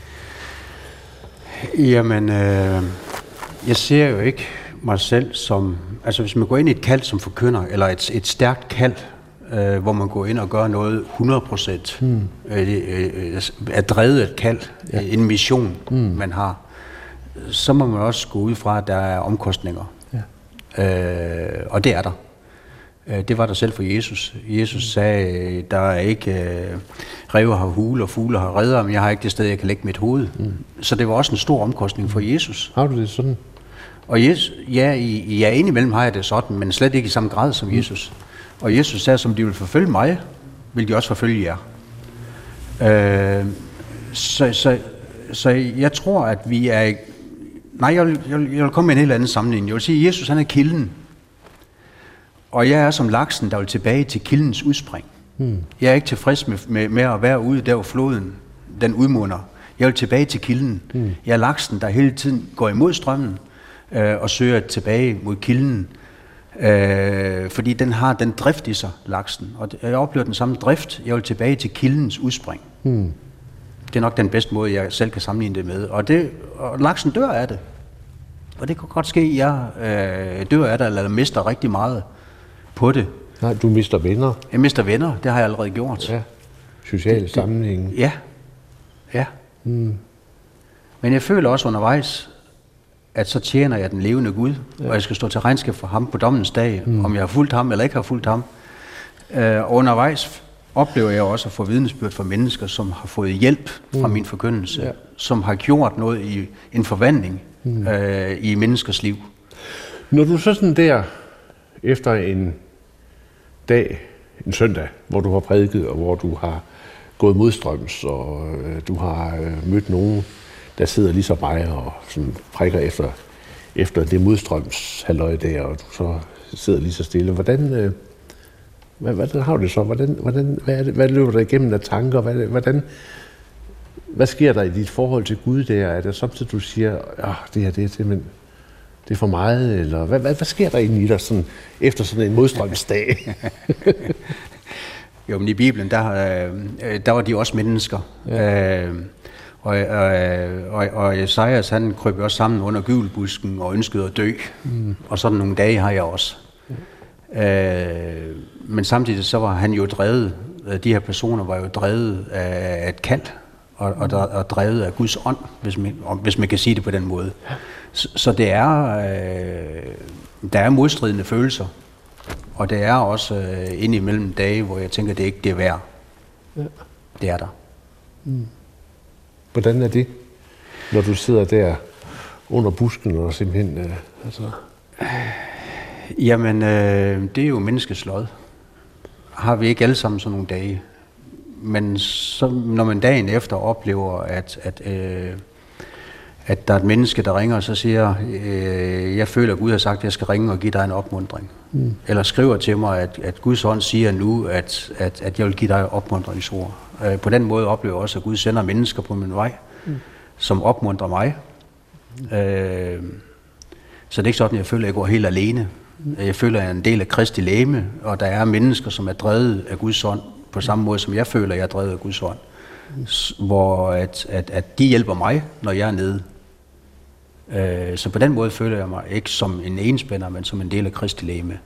Jamen, øh, jeg ser jo ikke mig selv som, altså hvis man går ind i et kald som forkynder, eller et, et stærkt kald, øh, hvor man går ind og gør noget hundrede procent, hmm. øh, øh, er drevet et kald, ja. en mission, hmm. man har, så må man også gå ud fra, at der er omkostninger. Øh, og det er der. Øh, det var der selv for Jesus. Jesus sagde, der er ikke øh, ræve har hule og fugle har redder, men jeg har ikke det sted, jeg kan lægge mit hoved. Mm. Så det var også en stor omkostning for Jesus. Har du det sådan? Og Jesus, ja, i, ja, indimellem har jeg det sådan, men slet ikke i samme grad som Jesus. Og Jesus sagde, som de vil forfølge mig, vil de også forfølge jer. Øh, så, så, så jeg tror, at vi er... Nej, jeg vil, jeg, vil, jeg vil komme med en helt anden sammenligning. Jeg vil sige, at Jesus han er kilden. Og jeg er som laksen, der vil tilbage til kildens udspring. Hmm. Jeg er ikke tilfreds med, med, med at være ude der, hvor floden den udmunder. Jeg vil tilbage til kilden. Hmm. Jeg er laksen, der hele tiden går imod strømmen øh, og søger tilbage mod kilden. Øh, fordi den har den drift i sig, laksen. Og jeg oplever den samme drift. Jeg vil tilbage til kildens udspring. Hmm. Det er nok den bedste måde, jeg selv kan sammenligne det med. Og, det, og laksen dør af det. Og det kan godt ske, at jeg øh, dør af det, eller mister rigtig meget på det. Nej, du mister venner. Jeg mister venner, det har jeg allerede gjort. Ja, sociale sammenhænge. Ja, ja. Hmm. Men jeg føler også undervejs, at så tjener jeg den levende Gud, ja. Og jeg skal stå til regnskab for ham på dommens dag, hmm. om jeg har fulgt ham eller ikke har fulgt ham. Øh, og undervejs oplever jeg også at få vidnesbyrd fra mennesker, som har fået hjælp fra mm. min forkyndelse, ja. Som har gjort noget i en forvandling mm. øh, i menneskers liv. Når du så sådan der, efter en dag, en søndag, hvor du har prædiket, og hvor du har gået modstrøms, og øh, du har øh, mødt nogen, der sidder lige så mig og sådan prikker efter, efter det modstrømshalløj der, og du så sidder lige så stille. Hvordan... Øh, Hvordan har du det så? Hvordan, hvordan, hvad, er det, hvad løber der igennem af tanker? Hvad, hvordan, hvad sker der i dit forhold til Gud der? Er det samtidig, du siger, at det her det er, simpelthen, det er for meget? Eller hvad, hvad, hvad sker der egentlig i dig sådan, efter sådan en modstrømsdag? Jo, men i Bibelen, der, øh, der var de også mennesker. Ja. Øh, og, øh, og, og Esajas, han krøb også sammen under gyvelbusken og ønskede at dø. Mm. Og sådan nogle dage har jeg også. Øh, men samtidig så var han jo drevet, de her personer var jo drevet af et kald, og, og, der, og drevet af Guds ånd, hvis man, hvis man kan sige det på den måde. Så, så det er, øh, der er modstridende følelser, og det er også øh, indimellem dage, hvor jeg tænker, det er ikke det er værd. Ja. Det er der. Mm. Hvordan er det, når du sidder der under busken og simpelthen... Øh, altså Jamen, øh, det er jo menneskets lod. Har vi ikke alle sammen sådan nogle dage. Men så, når man dagen efter oplever, at, at, øh, at der er et menneske, der ringer og så siger, øh, jeg føler, at Gud har sagt, at jeg skal ringe og give dig en opmuntring. Mm. Eller skriver til mig, at, at Guds ånd siger nu, at, at, at jeg vil give dig opmuntringsord. Øh, på den måde oplever jeg også, at Gud sender mennesker på min vej, mm. som opmuntrer mig. Mm. Øh, så det er ikke sådan, at jeg føler, at jeg går helt alene. Jeg føler, at jeg er en del af Kristi legeme, og der er mennesker, som er drevet af Guds ånd, på samme måde som jeg føler, at jeg er drevet af Guds ånd. Hvor at, at, at de hjælper mig, når jeg er nede. Øh, så på den måde føler jeg mig ikke som en enspænder, men som en del af Kristi legeme.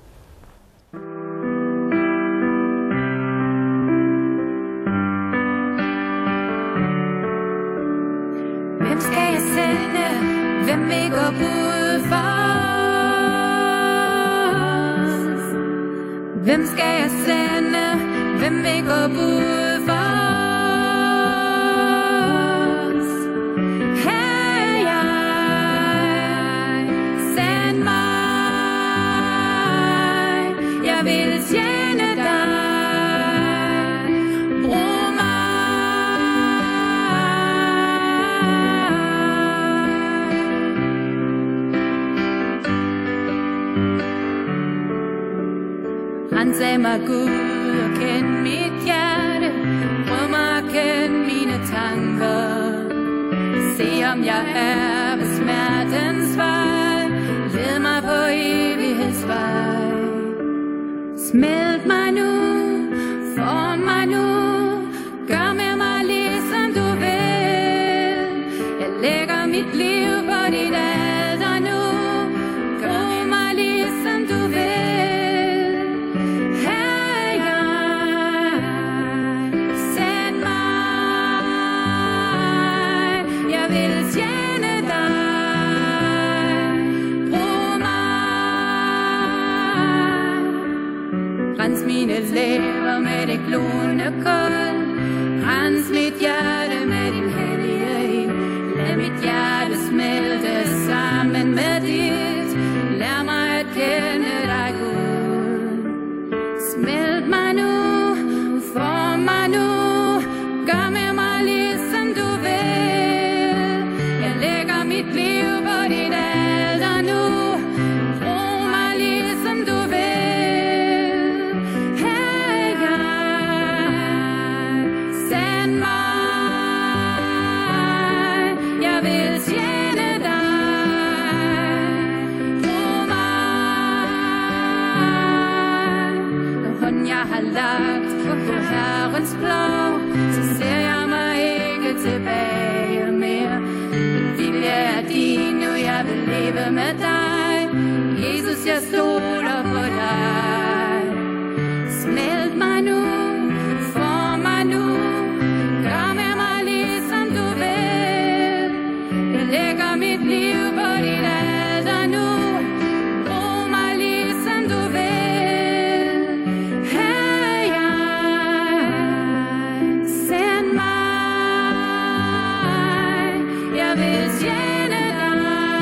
Hvem skal jeg sende? Hvem vil gå bud for? Hvem skal jeg sende? Hvem vil gå bud for os? Her jeg, send mig. Jeg vil tjene dig. Brug mig. Rensag mig, Gud, og kend mit hjerte. Prøv mig at kende mine tanker. Se om jeg er ved smertens vej. Led mig på evighedsvej. Smelt mig nu, form mig nu. Gør med mig ligesom du vil. Jeg lægger mit liv på dit alter nu. Gør mig ligesom du vil. Jeg vil tjene dig. Brug mig. Rens mine læber med det glående kold. Rens mit hjerte med din hellige ild. Lad mit hjerte smelte sammen med dit. Lær mig at kende dig, Gud. Smelt mig nu, form mig nu. Gør med mig ligesom du vil. Jeg lægger mit liv på dit alter nu. Brug mig ligesom du vil. Hey, jeg, send mig. Jeg vil tjene dig. Brug mig. Når hånden jeg har lagt på Herrens plov, så ser jeg mig ikke tilbage mere. Min vilje er din, nu jeg vil leve med dig. Jesus, jeg stoler på dig. Smelt mig nu, form mig nu. Gør med mig ligesom du vil. Jeg lægger mit liv på dit alter nu. Brug mig ligesom du vil. Hey, jeg, send mig. Jeg vil tjene dig.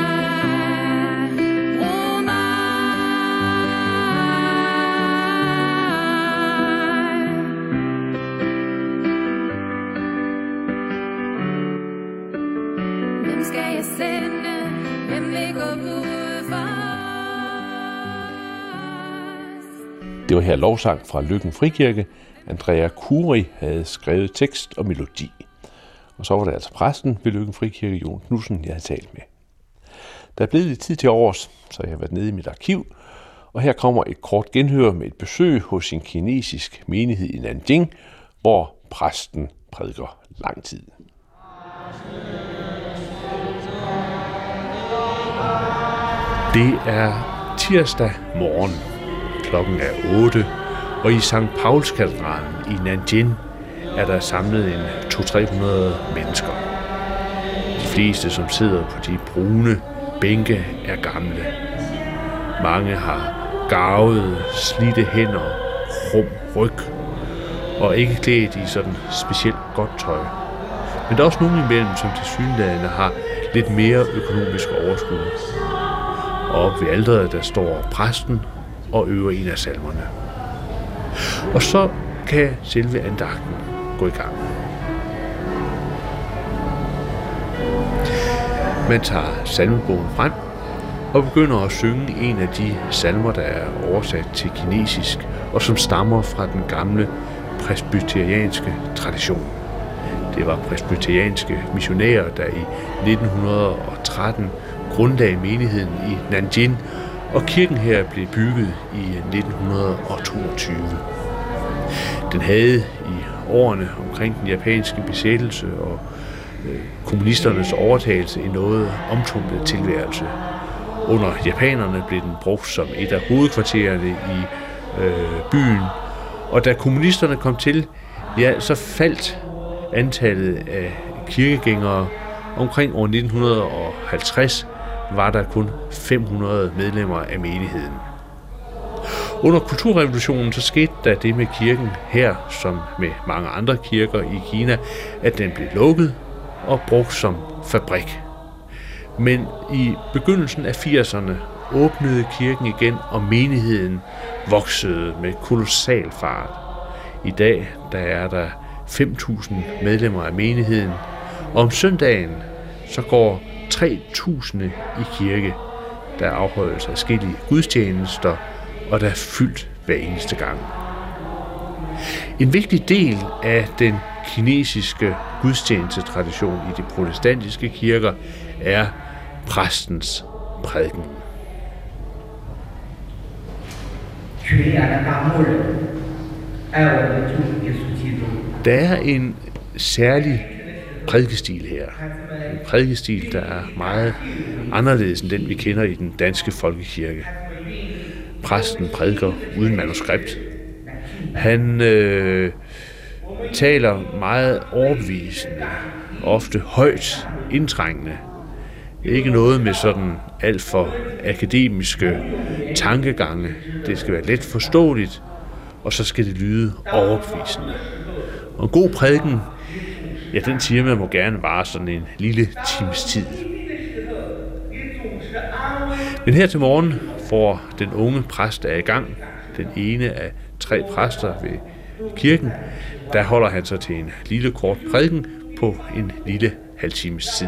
Brug mig. Hvem skal jeg sende? Hvem vil gå ud for os? Det var her lovsang fra Løkken Frikirke. Andrea Kuri havde skrevet tekst og melodi. Og så var det altså præsten ved Løkken Frikirke, Jon Knudsen, jeg havde talt med. Der er blevet lidt tid til overs, så jeg har været nede i mit arkiv. Og her kommer et kort genhør med et besøg hos en kinesisk menighed i Nanjing, hvor præsten prædiker lang tid. Det er tirsdag morgen. Klokken er otte, og i Sankt Pauls katedralen i Nanjing er der samlet en to til tre hundrede mennesker. De fleste, som sidder på de brune bænke, er gamle. Mange har garvede, slidte hænder, krum ryg og ikke klædt i sådan specielt godt tøj. Men der er også nogen imellem, som tilsyneladende har lidt mere økonomisk overskud. Og oppe ved alteret, der står præsten og øver en af salmerne. Og så kan selve andagten gå i gang. Man tager salmebogen frem og begynder at synge en af de salmer, der er oversat til kinesisk, og som stammer fra den gamle presbyterianske tradition. Det var presbyterianske missionærer, der i nitten tretten grundlagde menigheden i Nanjing, og kirken her blev bygget i nitten toogtyve. Den havde i årene omkring den japanske besættelse og øh, kommunisternes overtagelse i noget omtumlet tilværelse. Under japanerne blev den brugt som et af hovedkvartererne i øh, byen, og da kommunisterne kom til, ja, så faldt antallet af kirkegængere. Omkring år nitten halvtreds var der kun fem hundrede medlemmer af menigheden. Under kulturrevolutionen så skete der det med kirken her, som med mange andre kirker i Kina, at den blev lukket og brugt som fabrik. Men i begyndelsen af firserne åbnede kirken igen, og menigheden voksede med kolossal fart. I dag der er der fem tusind medlemmer af menigheden, og om søndagen så går tre tusind i kirke. Der afholdes adskillige gudstjenester, og der er fyldt hver eneste gang. En vigtig del af den kinesiske gudstjenestetradition i de protestantiske kirker er præstens prædiken. Der er en særlig prædikestil her. En prædikestil, der er meget anderledes end den, vi kender i den danske folkekirke. Præsten prædiker uden manuskript. Han øh, taler meget overbevisende, ofte højt, indtrængende. Ikke noget med sådan alt for akademiske tankegange. Det skal være let forståeligt, og så skal det lyde overbevisende. Og en god prædiken, ja, den siger man må gerne vare sådan en lille times tid. Men her til morgen får den unge præst, der er i gang, den ene af tre præster ved kirken, der holder han sig til en lille kort prædiken på en lille halv times tid.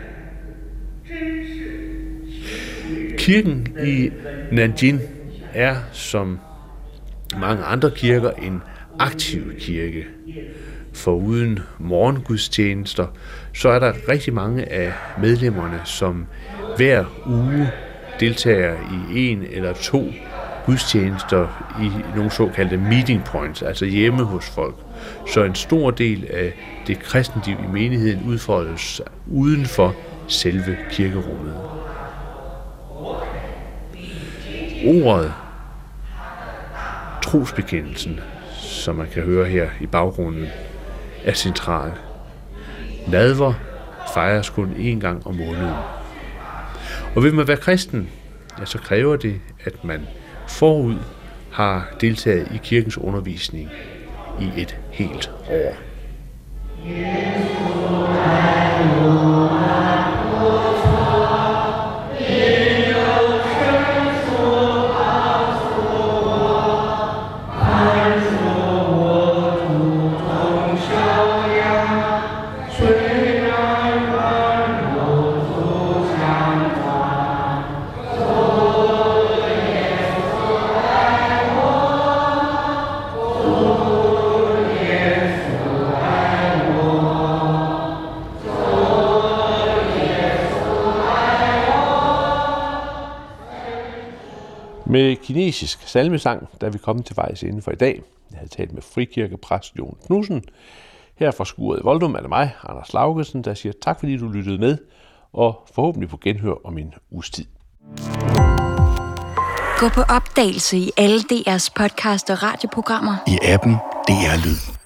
Kirken i Nanjing er som mange andre kirker en aktiv kirke. Foruden morgengudstjenester, så er der rigtig mange af medlemmerne, som hver uge deltager i en eller to gudstjenester i nogle såkaldte meeting points, altså hjemme hos folk. Så en stor del af det kristenliv i menigheden udfoldes uden for selve kirkerummet. Ordet trosbekendelsen, som man kan høre her i baggrunden, er central. Nadver fejres kun én gang om måneden. Og vil man være kristen, ja, så kræver det, at man forud har deltaget i kirkens undervisning i et helt år. Med kinesisk salmesang, der er vi kommet til vejs inden for i dag. Jeg havde talt med frikirkepræst Jon Knudsen. Her fra Skuret i Voldum er det mig, Anders Laugesen, der siger tak, fordi du lyttede med, og forhåbentlig på genhør om en uges tid. Gå på opdagelse i alle D R's podcast og radioprogrammer. I appen D R Lyd.